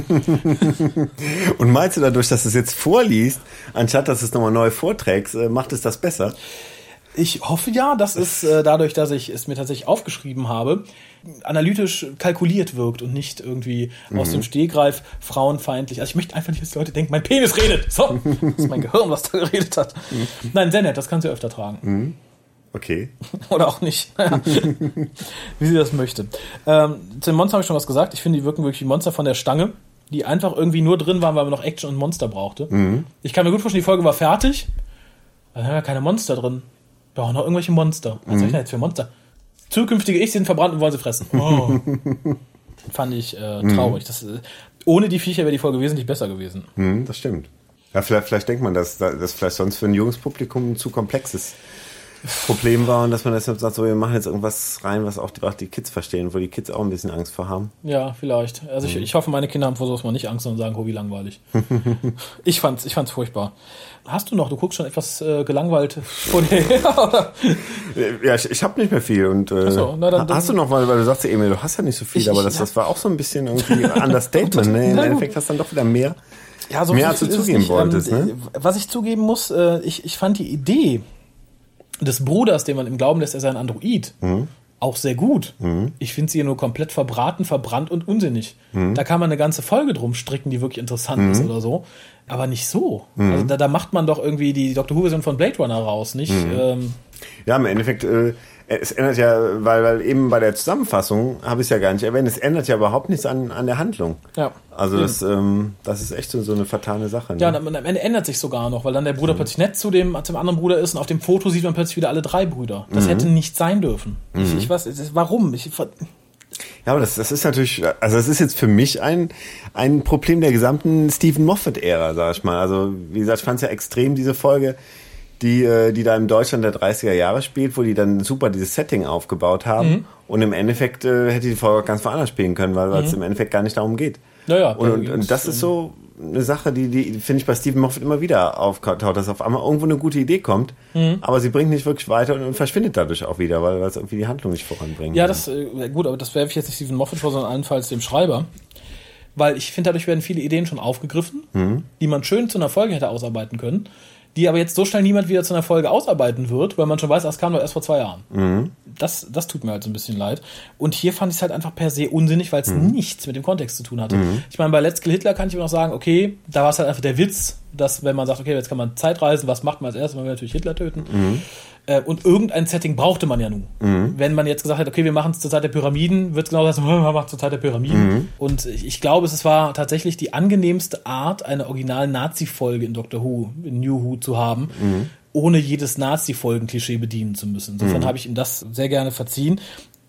Und meinst du dadurch, dass du es jetzt vorliest, anstatt dass du es nochmal neu vorträgst, macht es das besser? Ich hoffe ja, dass es äh, dadurch, dass ich es mir tatsächlich aufgeschrieben habe, analytisch kalkuliert wirkt und nicht irgendwie mhm. aus dem Stegreif frauenfeindlich. Also ich möchte einfach nicht, dass die Leute denken, mein Penis redet. So, das ist mein Gehirn, was da geredet hat. Mhm. Nein, sehr nett, das kannst du öfter tragen. Mhm. Okay. Oder auch nicht. Wie sie das möchte. Ähm, zu den Monstern habe ich schon was gesagt. Ich finde, die wirken wirklich wie Monster von der Stange, die einfach irgendwie nur drin waren, weil man noch Action und Monster brauchte. Mhm. Ich kann mir gut vorstellen, die Folge war fertig. Da haben wir keine Monster drin. Wir brauchen noch irgendwelche Monster. Was mhm. soll ich denn jetzt für Monster? Zukünftige Ich sind verbrannt und wollen sie fressen. Oh. Fand ich äh, traurig. Das, äh, ohne die Viecher wäre die Folge wesentlich besser gewesen. Mhm, das stimmt. Ja, vielleicht, vielleicht denkt man, dass das vielleicht sonst für ein junges Publikum ein zu komplexes Problem war und dass man deshalb sagt, so, wir machen jetzt irgendwas rein, was auch die, auch die Kids verstehen, wo die Kids auch ein bisschen Angst vor haben. Ja, vielleicht. Also mhm. ich, ich hoffe, meine Kinder haben vor sowas mal nicht Angst und sagen, oh, wie langweilig. ich fand's, ich fand's furchtbar. Hast du noch, du guckst schon etwas äh, gelangweilt vor dir her, Ja, ich, ich habe nicht mehr viel. Und äh, so, na, dann, hast dann, du noch, weil, weil du sagst, Emil, du hast ja nicht so viel, ich, aber das, ich, das war auch so ein bisschen irgendwie ein Understatement. Ne? Im Endeffekt hast du dann doch wieder mehr, ja, so mehr als du zugeben nicht, wolltest. Ähm, ne? Was ich zugeben muss, äh, ich, ich fand die Idee des Bruders, den man im Glauben lässt, er sei ein Android, mhm. auch sehr gut. Mhm. Ich finde sie nur komplett verbraten, verbrannt und unsinnig. Mhm. Da kann man eine ganze Folge drum stricken, die wirklich interessant mhm. ist oder so. Aber nicht so. Mhm. Also da, da macht man doch irgendwie die Doctor Who-Version von Blade Runner raus, nicht? Mhm. Ähm, ja, im Endeffekt, äh, es ändert ja, weil, weil eben bei der Zusammenfassung, habe ich es ja gar nicht erwähnt, es ändert ja überhaupt nichts an, an der Handlung. Ja. Also das, ähm, das ist echt so, so eine fatale Sache. Ne? Ja, und am Ende ändert sich sogar noch, weil dann der Bruder mhm. plötzlich nett zu dem, zum anderen Bruder ist und auf dem Foto sieht man plötzlich wieder alle drei Brüder. Das mhm. hätte nicht sein dürfen. Mhm. Ich, ich weiß, warum? Ich, ja, aber das, das ist natürlich, also das ist jetzt für mich ein, ein Problem der gesamten Stephen Moffat-Ära, sag ich mal. Also wie gesagt, ich fand es ja extrem, diese Folge, die, die da im Deutschland der dreißiger Jahre spielt, wo die dann super dieses Setting aufgebaut haben. Mhm. Und im Endeffekt äh, hätte die Folge ganz woanders spielen können, weil mhm. es im Endeffekt gar nicht darum geht. Naja, und, und, und das ist so eine Sache, die, die finde ich bei Stephen Moffat immer wieder auftaucht, dass auf einmal irgendwo eine gute Idee kommt, mhm. aber sie bringt nicht wirklich weiter und, und verschwindet dadurch auch wieder, weil es irgendwie die Handlung nicht voranbringt. Ja, das äh, gut, aber das werfe ich jetzt nicht Stephen Moffat vor, sondern allenfalls dem Schreiber. Weil ich finde, dadurch werden viele Ideen schon aufgegriffen, mhm. die man schön zu einer Folge hätte ausarbeiten können, die aber jetzt so schnell niemand wieder zu einer Folge ausarbeiten wird, weil man schon weiß, das kam doch erst vor zwei Jahren. Mhm. Das, das tut mir halt so ein bisschen leid. Und hier fand ich es halt einfach per se unsinnig, weil es mhm. nichts mit dem Kontext zu tun hatte. Mhm. Ich meine, bei Let's Kill Hitler kann ich immer noch sagen, okay, da war es halt einfach der Witz, dass wenn man sagt, okay, jetzt kann man Zeitreisen, was macht man als erstes? Man will natürlich Hitler töten. Mhm. Äh, und irgendein Setting brauchte man ja nun. Mhm. Wenn man jetzt gesagt hat, okay, wir machen es zur Zeit der Pyramiden, wird es genau das, man macht es zur Zeit der Pyramiden. Mhm. Und ich, ich glaube, es war tatsächlich die angenehmste Art, eine Original-Nazi-Folge in Doctor Who, in New Who zu haben, mhm. ohne jedes Nazi-Folgen-Klischee bedienen zu müssen. Insofern mhm. habe ich ihm das sehr gerne verziehen.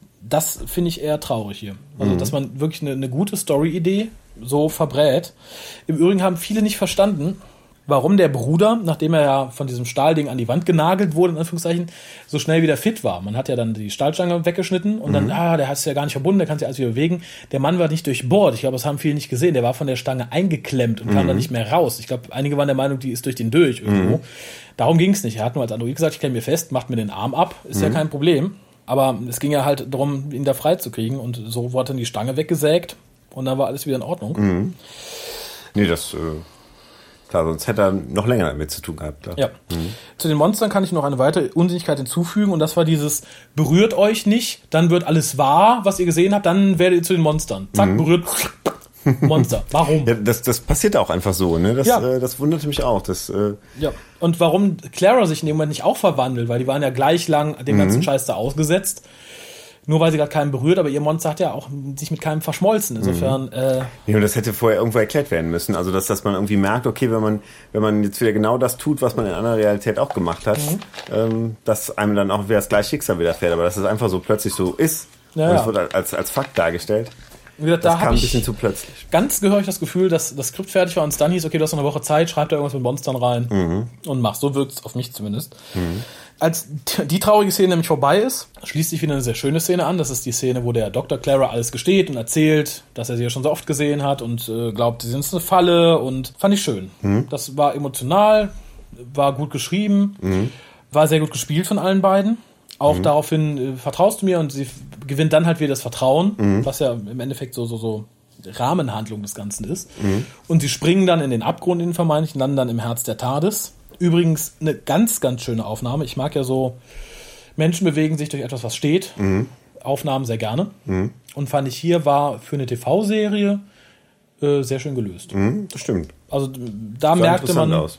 Das finde ich eher traurig hier. Also, mhm. dass man wirklich eine, eine gute Story-Idee so verbrät. Im Übrigen haben viele nicht verstanden, warum der Bruder, nachdem er ja von diesem Stahlding an die Wand genagelt wurde, in Anführungszeichen, so schnell wieder fit war. Man hat ja dann die Stahlstange weggeschnitten und mhm. dann, ah, der hat es ja gar nicht verbunden, der kann sich alles wieder bewegen. Der Mann war nicht durchbohrt. Ich glaube, das haben viele nicht gesehen. Der war von der Stange eingeklemmt und mhm. kam da nicht mehr raus. Ich glaube, einige waren der Meinung, die ist durch den durch irgendwo. Mhm. Darum ging es nicht. Er hat nur als Android gesagt, ich klemme mir fest, macht mir den Arm ab. Ist mhm. ja kein Problem. Aber es ging ja halt darum, ihn da frei zu kriegen und so wurde dann die Stange weggesägt und dann war alles wieder in Ordnung. Mhm. Nee, das... Äh Klar, sonst hätte er noch länger damit zu tun gehabt. Ja. ja. Mhm. Zu den Monstern kann ich noch eine weitere Unsinnigkeit hinzufügen und das war dieses, berührt euch nicht, dann wird alles wahr, was ihr gesehen habt, dann werdet ihr zu den Monstern. Zack, mhm. berührt Monster. Warum? Ja, das, das passiert auch einfach so, ne? Das, ja. äh, das wunderte mich auch. Das, äh ja. Und warum Clara sich in dem Moment nicht auch verwandelt, weil die waren ja gleich lang dem mhm. ganzen Scheiß da ausgesetzt. Nur weil sie gerade keinen berührt, aber ihr Monster hat ja auch sich mit keinem verschmolzen. Insofern. Mhm. Äh ja, und das hätte vorher irgendwo erklärt werden müssen. Also dass, dass man irgendwie merkt, okay, wenn man wenn man jetzt wieder genau das tut, was man in einer Realität auch gemacht hat, mhm. ähm, dass einem dann auch wieder das gleiche Schicksal widerfährt. Aber dass es einfach so plötzlich so ist, ja, und es ja. wird als als Fakt dargestellt. Gesagt, das da kam ein bisschen zu plötzlich. Ganz gehörig das Gefühl, dass das Skript fertig war und es dann hieß, okay, du hast noch eine Woche Zeit, schreib da irgendwas mit Monstern rein mhm. und mach. So wirkt es auf mich zumindest. Mhm. Als die traurige Szene nämlich vorbei ist, schließt sich wieder eine sehr schöne Szene an. Das ist die Szene, wo der Doktor Clara alles gesteht und erzählt, dass er sie ja schon so oft gesehen hat und äh, glaubt, sie sind eine Falle und fand ich schön. Mhm. Das war emotional, war gut geschrieben, mhm. war sehr gut gespielt von allen beiden. Auch mhm. daraufhin äh, vertraust du mir und sie gewinnt dann halt wieder das Vertrauen, mhm. was ja im Endeffekt so so so Rahmenhandlung des Ganzen ist. Mhm. Und sie springen dann in den Abgrund, in den vermeintlichen, landen dann im Herz der TARDIS. Übrigens eine ganz, ganz schöne Aufnahme. Ich mag ja so, Menschen bewegen sich durch etwas, was steht. Mhm. Aufnahmen sehr gerne. Mhm. Und fand ich hier war für eine T V-Serie äh, sehr schön gelöst. Mhm, das stimmt. Also da merkte man, aus.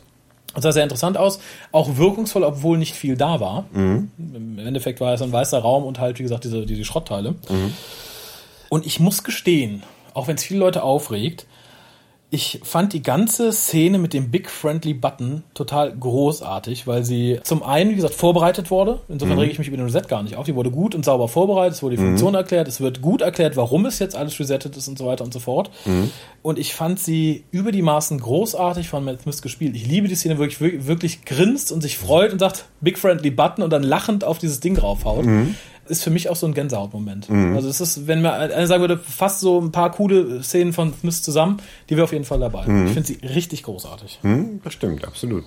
Das sah sehr interessant aus, auch wirkungsvoll, obwohl nicht viel da war. Mhm. Im Endeffekt war es ein weißer Raum und halt, wie gesagt, diese, diese Schrottteile. Mhm. Und ich muss gestehen, auch wenn es viele Leute aufregt, ich fand die ganze Szene mit dem Big Friendly Button total großartig, weil sie zum einen, wie gesagt, vorbereitet wurde. Insofern mhm. rege ich mich über den Reset gar nicht auf. Die wurde gut und sauber vorbereitet, es wurde die Funktion mhm. erklärt, es wird gut erklärt, warum es jetzt alles resettet ist und so weiter und so fort. Mhm. Und ich fand sie über die Maßen großartig von Matt Smith gespielt. Ich liebe die Szene, wirklich, wirklich, wirklich grinst und sich freut und sagt, Big Friendly Button und dann lachend auf dieses Ding raufhaut. Mhm. Ist für mich auch so ein Gänsehautmoment. Mhm. Also es ist, wenn mir einer sagen würde, fast so ein paar coole Szenen von Smith zusammen, die wäre auf jeden Fall dabei. Mhm. Ich finde sie richtig großartig. Mhm, das stimmt, absolut.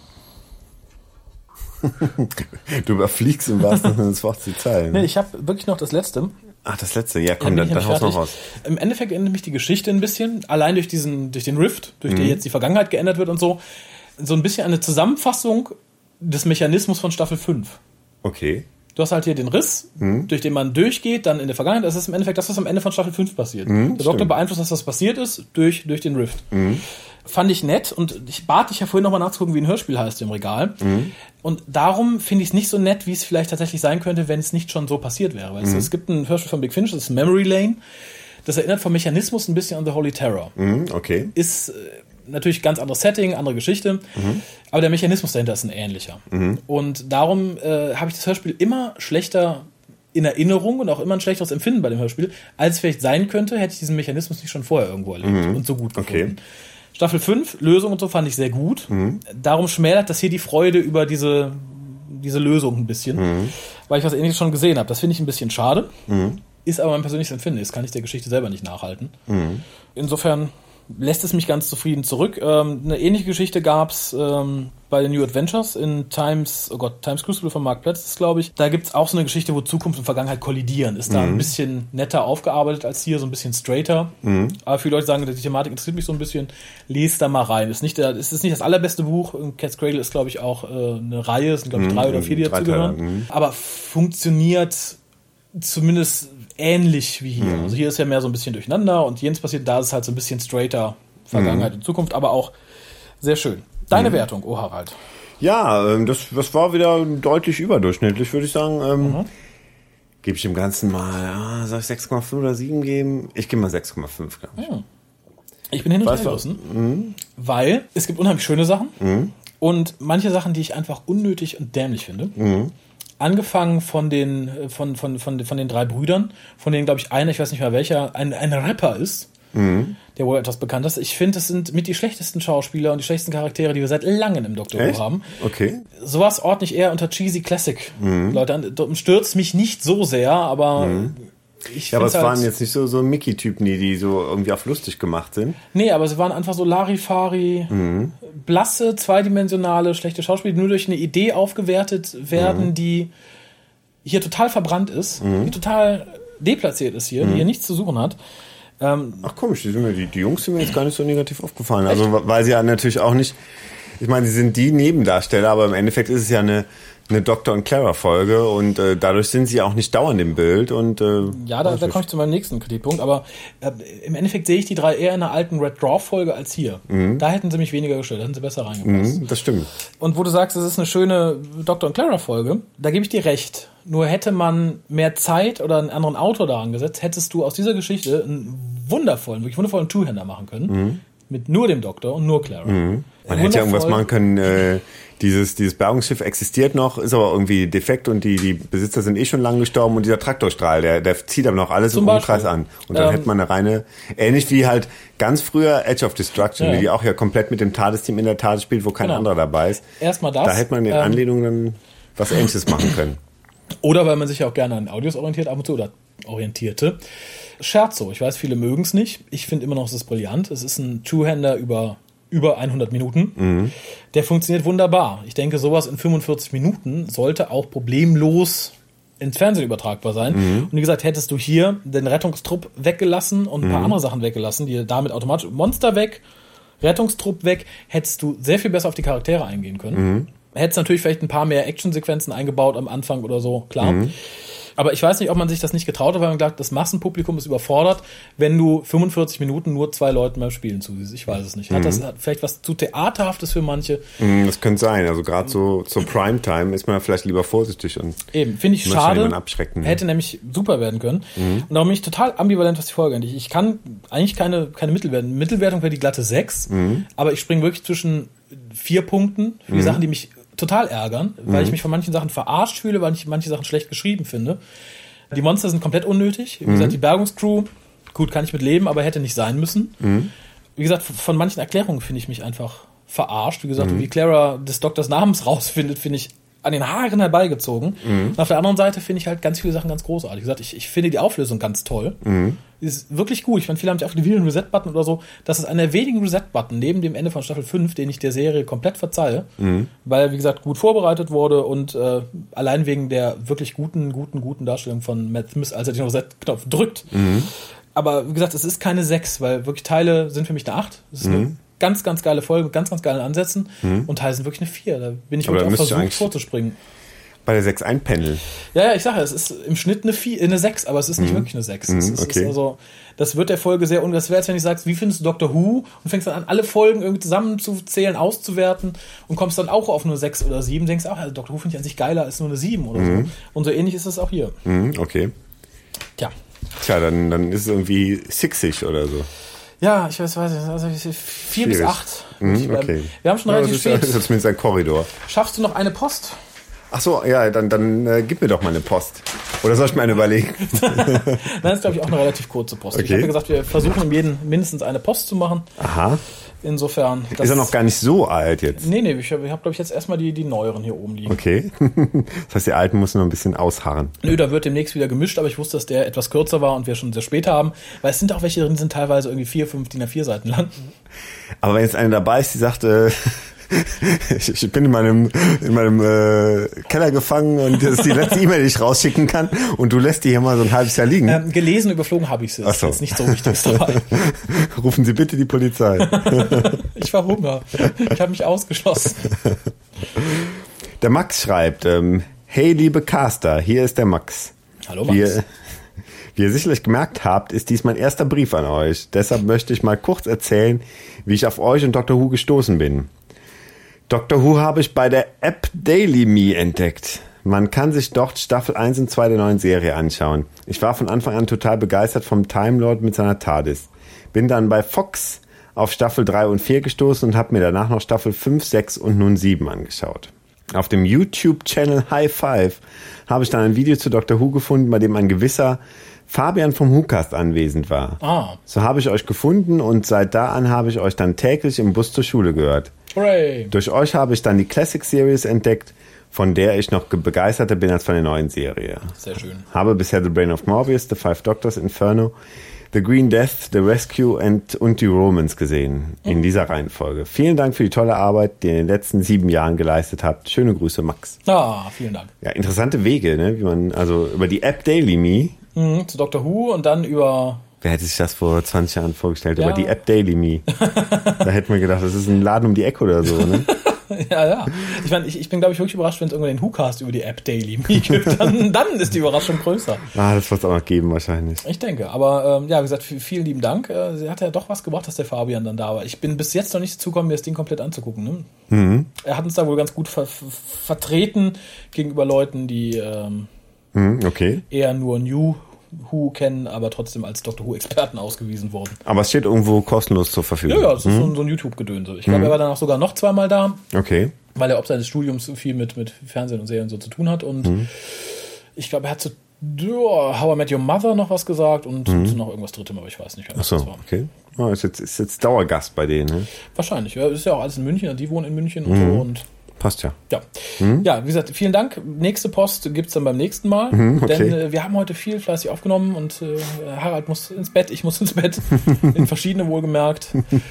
Du überfliegst im wahrsten Sinne des Wortes die Zeilen. Nee, ich habe wirklich noch das Letzte. Ach, das Letzte, ja komm, dann, dann haus noch raus. Im Endeffekt erinnert mich die Geschichte ein bisschen, allein durch diesen, durch den Rift, durch mhm. den jetzt die Vergangenheit geändert wird und so, so ein bisschen eine Zusammenfassung des Mechanismus von Staffel fünf. Okay. Du hast halt hier den Riss, mhm. durch den man durchgeht, dann in der Vergangenheit. Das ist im Endeffekt das, was am Ende von Staffel fünf passiert. Mhm, der Doktor stimmt. beeinflusst, dass das passiert ist, durch, durch den Rift. Mhm. Fand ich nett und ich bat dich ja vorhin nochmal nachzugucken, wie ein Hörspiel heißt im Regal. Mhm. Und darum finde ich es nicht so nett, wie es vielleicht tatsächlich sein könnte, wenn es nicht schon so passiert wäre. Weißt mhm. du, es gibt ein Hörspiel von Big Finish, das ist Memory Lane. Das erinnert vom Mechanismus ein bisschen an The Holy Terror. Mhm, okay. Ist äh, natürlich ganz anderes Setting, andere Geschichte, mhm. aber der Mechanismus dahinter ist ein ähnlicher. Mhm. Und darum äh, habe ich das Hörspiel immer schlechter in Erinnerung und auch immer ein schlechteres Empfinden bei dem Hörspiel, als es vielleicht sein könnte, hätte ich diesen Mechanismus nicht schon vorher irgendwo erlebt mhm. und so gut gefunden. Okay. Staffel fünf, Lösung und so fand ich sehr gut. Mhm. Darum schmälert das hier die Freude über diese, diese Lösung ein bisschen, mhm. weil ich was Ähnliches schon gesehen habe. Das finde ich ein bisschen schade, mhm. ist aber mein persönliches Empfinden. Das kann ich der Geschichte selber nicht nachhalten. Mhm. Insofern lässt es mich ganz zufrieden zurück. Ähm, eine ähnliche Geschichte gab's ähm, bei den New Adventures in Times, oh Gott, Times Crucible von Mark Platz, glaube ich. Da gibt's auch so eine Geschichte, wo Zukunft und Vergangenheit kollidieren. Ist da mhm. ein bisschen netter aufgearbeitet als hier, so ein bisschen straighter. Mhm. Aber viele Leute sagen, die Thematik interessiert mich so ein bisschen. Lest da mal rein. Ist nicht der, ist, ist nicht das allerbeste Buch. Cat's Cradle ist, glaube ich, auch äh, eine Reihe. Es sind, glaube ich, drei mhm. oder vier, die dazugehören. Mhm. Aber funktioniert zumindest ähnlich wie hier. Mhm. Also hier ist ja mehr so ein bisschen durcheinander und jenes passiert, da ist es halt so ein bisschen straighter Vergangenheit mhm. und Zukunft, aber auch sehr schön. Deine mhm. Wertung, oh Harald. Ja, das, das war wieder deutlich überdurchschnittlich, würde ich sagen. Ähm, mhm. Gebe ich dem Ganzen mal, ah, soll ich sechs Komma fünf oder sieben geben? Ich gebe mal sechs Komma fünf, glaube ich. Mhm. Ich bin hin und her gerissen, mhm. weil es gibt unheimlich schöne Sachen mhm. und manche Sachen, die ich einfach unnötig und dämlich finde. Mhm. Angefangen von den, von, von, von, von den drei Brüdern, von denen, glaube ich, einer, ich weiß nicht mehr welcher, ein, ein Rapper ist, mhm. der wohl etwas bekannt ist. Ich finde, das sind mit die schlechtesten Schauspieler und die schlechtesten Charaktere, die wir seit langem im Doctor Who haben. Okay. Sowas ordne ich eher unter Cheesy Classic. Mhm. Leute, stürzt mich nicht so sehr, aber... Mhm. Ich ja, aber es halt, waren jetzt nicht so, so Mickey-Typen, die, die so irgendwie auf lustig gemacht sind. Nee, aber sie waren einfach so Larifari, mhm. blasse, zweidimensionale, schlechte Schauspieler, die nur durch eine Idee aufgewertet werden, mhm. die hier total verbrannt ist, mhm. die total deplatziert ist hier, mhm. die hier nichts zu suchen hat. Ähm, Ach komisch, die, sind mir, die, die Jungs sind mir jetzt gar nicht so negativ aufgefallen. Echt? Also weil sie ja natürlich auch nicht, ich meine, sie sind die Nebendarsteller, aber im Endeffekt ist es ja eine eine Doctor und Clara Folge und äh, dadurch sind sie auch nicht dauernd im Bild und äh, ja, da, da komme ich zu meinem nächsten Kritikpunkt, aber äh, im Endeffekt sehe ich die drei eher in einer alten Red Dwarf Folge als hier. Mhm. Da hätten sie mich weniger gestellt, da hätten sie besser reingepasst. Mhm, das stimmt. Und wo du sagst, es ist eine schöne Doctor und Clara Folge, da gebe ich dir recht. Nur hätte man mehr Zeit oder einen anderen Autor daran gesetzt, hättest du aus dieser Geschichte einen wundervollen, wirklich wundervollen Two-Hander machen können. Mhm. Mit nur dem Doktor und nur Clara. Mhm. Man hätte ja irgendwas machen können, äh, dieses, dieses Bergungsschiff existiert noch, ist aber irgendwie defekt und die, die Besitzer sind eh schon lang gestorben und dieser Traktorstrahl, der, der zieht aber noch alles im Umkreis an. Und dann ähm, hätte man eine reine, ähnlich wie halt ganz früher Edge of Destruction, ja. die auch ja komplett mit dem TARDIS-Team in der TARDIS spielt, wo kein genau. anderer dabei ist. Erstmal das. Da hätte man in ähm, Anlehnung dann was Ähnliches machen können. Oder weil man sich ja auch gerne an Audios orientiert, ab und zu, oder orientierte. Scherzo, ich weiß, viele mögen es nicht. Ich finde immer noch, es ist brillant. Es ist ein Two-Hander über über hundert Minuten. Mhm. Der funktioniert wunderbar. Ich denke, sowas in fünfundvierzig Minuten sollte auch problemlos ins Fernsehen übertragbar sein. Mhm. Und wie gesagt, hättest du hier den Rettungstrupp weggelassen und ein paar mhm. andere Sachen weggelassen, die damit automatisch Monster weg, Rettungstrupp weg, hättest du sehr viel besser auf die Charaktere eingehen können. Mhm. Hätte es natürlich vielleicht ein paar mehr Actionsequenzen eingebaut am Anfang oder so, klar. Mhm. Aber ich weiß nicht, ob man sich das nicht getraut hat, weil man gesagt, das Massenpublikum ist überfordert, wenn du fünfundvierzig Minuten nur zwei Leuten beim Spielen zusiehst. Ich weiß es nicht. Hat mhm. das hat vielleicht was zu Theaterhaftes für manche? Das könnte sein. Also gerade so zur Primetime ist man vielleicht lieber vorsichtig und eben, finde ich schade. Hätte nämlich super werden können. Mhm. Und darum bin ich total ambivalent, was die Folge angeht. Ich kann eigentlich keine, keine Mittelwertung. Mittelwertung wäre die glatte sechs, mhm. aber ich springe wirklich zwischen vier Punkten für die mhm. Sachen, die mich total ärgern, weil mhm. ich mich von manchen Sachen verarscht fühle, weil ich manche Sachen schlecht geschrieben finde. Die Monster sind komplett unnötig. Wie mhm. gesagt, die Bergungscrew, gut, kann ich mit leben, aber hätte nicht sein müssen. Mhm. Wie gesagt, von manchen Erklärungen finde ich mich einfach verarscht. Wie gesagt, mhm. wie Clara des Doktors Namens rausfindet, finde ich an den Haaren herbeigezogen. Mhm. Und auf der anderen Seite finde ich halt ganz viele Sachen ganz großartig. Wie gesagt, ich, ich finde die Auflösung ganz toll. Mhm. Die ist wirklich gut. Ich meine, viele haben sich auf den Reset-Button oder so. Das ist einer der wenigen Reset-Button neben dem Ende von Staffel fünf, den ich der Serie komplett verzeihe. Mhm. Weil, wie gesagt, gut vorbereitet wurde und äh, allein wegen der wirklich guten, guten, guten Darstellung von Matt Smith, als er den Reset-Knopf drückt. Mhm. Aber, wie gesagt, es ist keine sechs, weil wirklich Teile sind für mich eine acht. Es ist mhm. eine ganz, ganz geile Folge mit ganz, ganz geilen Ansätzen. Mhm. Und Teile sind wirklich eine vier. Da bin ich wirklich auch versucht vorzuspringen. Bei der sechs einpendeln. Ja, ja, ich sage ja, es ist im Schnitt eine, vier, eine sechs, aber es ist nicht mhm. wirklich eine sechs. Es mhm, ist, okay. ist also, das wird der Folge sehr ungefähr, als wenn ich sagst, wie findest du Doctor Who und fängst dann an, alle Folgen irgendwie zusammenzuzählen, auszuwerten und kommst dann auch auf nur sechs oder sieben, denkst, ach, also Doctor Who finde ich an sich geiler, ist nur eine sieben oder mhm. so. Und so ähnlich ist es auch hier. Mhm, okay. Tja. Tja, dann, dann ist es irgendwie sixig oder so. Ja, ich weiß, weiß nicht, also vier bis acht. Mhm, okay. Wir haben schon ja, relativ spät. Das ist zumindest ein Korridor. Schaffst du noch eine Post? Ach so, ja, dann, dann äh, gib mir doch mal eine Post. Oder soll ich mir eine überlegen? Nein, das ist, glaube ich, auch eine relativ kurze Post. Okay. Ich habe ja gesagt, wir versuchen jeden mindestens eine Post zu machen. Aha. Insofern. Ist er noch gar nicht so alt jetzt? Nee, nee, ich habe, hab, glaube ich, jetzt erstmal die, die neueren hier oben liegen. Okay. Das heißt, die alten müssen noch ein bisschen ausharren. Nö, da wird demnächst wieder gemischt, aber ich wusste, dass der etwas kürzer war und wir schon sehr spät haben. Weil es sind auch welche drin, die sind teilweise irgendwie vier, fünf D I N A vier Seiten lang. Aber wenn jetzt eine dabei ist, die sagt, äh, ich, ich bin in meinem, in meinem äh, Keller gefangen und das ist die letzte E-Mail, die ich rausschicken kann und du lässt die hier mal so ein halbes Jahr liegen. Ähm, gelesen, überflogen habe ich sie. Das so. ist jetzt nicht so wichtig dabei. Rufen Sie bitte die Polizei. Ich verhungere. Ich habe mich ausgeschlossen. Der Max schreibt, ähm, hey liebe Caster, hier ist der Max. Hallo Max. Wir, Wie ihr sicherlich gemerkt habt, ist dies mein erster Brief an euch. Deshalb möchte ich mal kurz erzählen, wie ich auf euch und Doctor Who gestoßen bin. Doctor Who habe ich bei der App Daily Me entdeckt. Man kann sich dort Staffel eins und zwei der neuen Serie anschauen. Ich war von Anfang an total begeistert vom Time Lord mit seiner TARDIS. Bin dann bei Fox auf Staffel drei und vier gestoßen und habe mir danach noch Staffel fünf, sechs und nun sieben angeschaut. Auf dem YouTube-Channel High Five habe ich dann ein Video zu Doctor Who gefunden, bei dem ein gewisser Fabian vom WhoCast anwesend war. Ah. So habe ich euch gefunden und seit da an habe ich euch dann täglich im Bus zur Schule gehört. Hooray. Durch euch habe ich dann die Classic Series entdeckt, von der ich noch begeisterter bin als von der neuen Serie. Sehr schön. Habe bisher The Brain of Morbius, The Five Doctors, Inferno, The Green Death, The Rescue and, und die Romans gesehen. In mhm. dieser Reihenfolge. Vielen Dank für die tolle Arbeit, die ihr in den letzten sieben Jahren geleistet habt. Schöne Grüße, Max. Ah, vielen Dank. Ja, interessante Wege, ne? Wie man, also über die App Daily Me. Mhm, zu Doctor Who und dann über... Wer hätte sich das vor zwanzig Jahren vorgestellt? Ja. Über die App Daily Me. Da hätten wir gedacht, das ist ein Laden um die Ecke oder so, ne? Ja, ja. Ich meine, ich, ich bin, glaube ich, wirklich überrascht, wenn es irgendwann den WhoCast über die App Daily Me gibt. Dann, dann ist die Überraschung größer. Ah, das wird es auch noch geben wahrscheinlich. Ich denke. Aber ähm, ja, wie gesagt, vielen lieben Dank. Äh, sie hat ja doch was gebracht, dass der Fabian dann da war. Ich bin bis jetzt noch nicht dazu gekommen, mir das Ding komplett anzugucken. Ne? Mhm. Er hat uns da wohl ganz gut ver- vertreten gegenüber Leuten, die ähm, mhm, okay. eher nur New Who kennen, aber trotzdem als Doctor Who-Experten ausgewiesen wurden. Aber es steht irgendwo kostenlos zur Verfügung. Ja, ja, das ist mhm. so, so ein YouTube-Gedönse. Ich glaube, mhm. er war dann auch sogar noch zweimal da. Okay. Weil er ob seines Studiums viel mit, mit Fernsehen und Serien so zu tun hat. Und mhm. ich glaube, er hat zu oh, How I Met Your Mother noch was gesagt und mhm. zu noch irgendwas Drittem, aber ich weiß nicht, was Ach so, das war. Okay. Oh, ist, jetzt, ist jetzt Dauergast bei denen, ne? Wahrscheinlich. Ja, ist ja auch alles in München. Die wohnen in München und mhm. so. Und passt ja. Ja. Mhm. Ja, wie gesagt, vielen Dank. Nächste Post gibt's dann beim nächsten Mal. Mhm, okay. Denn äh, wir haben heute viel fleißig aufgenommen und äh, Harald muss ins Bett, ich muss ins Bett. In verschiedene wohlgemerkt.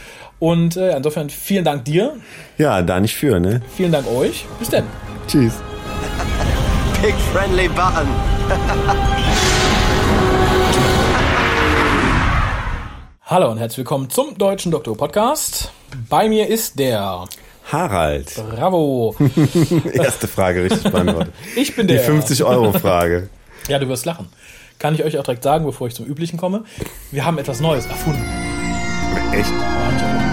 Und äh, insofern vielen Dank dir. Ja, da nicht für, ne? Vielen Dank euch. Bis dann. Tschüss. Big friendly button. Hallo und herzlich willkommen zum Deutschen Doktor Podcast. Bei mir ist der Harald. Bravo. Erste Frage richtig beantwortet. Ich bin der. Die fünfzig-Euro-Frage. Ja, du wirst lachen. Kann ich euch auch direkt sagen, bevor ich zum Üblichen komme. Wir haben etwas Neues erfunden. Echt? Ja,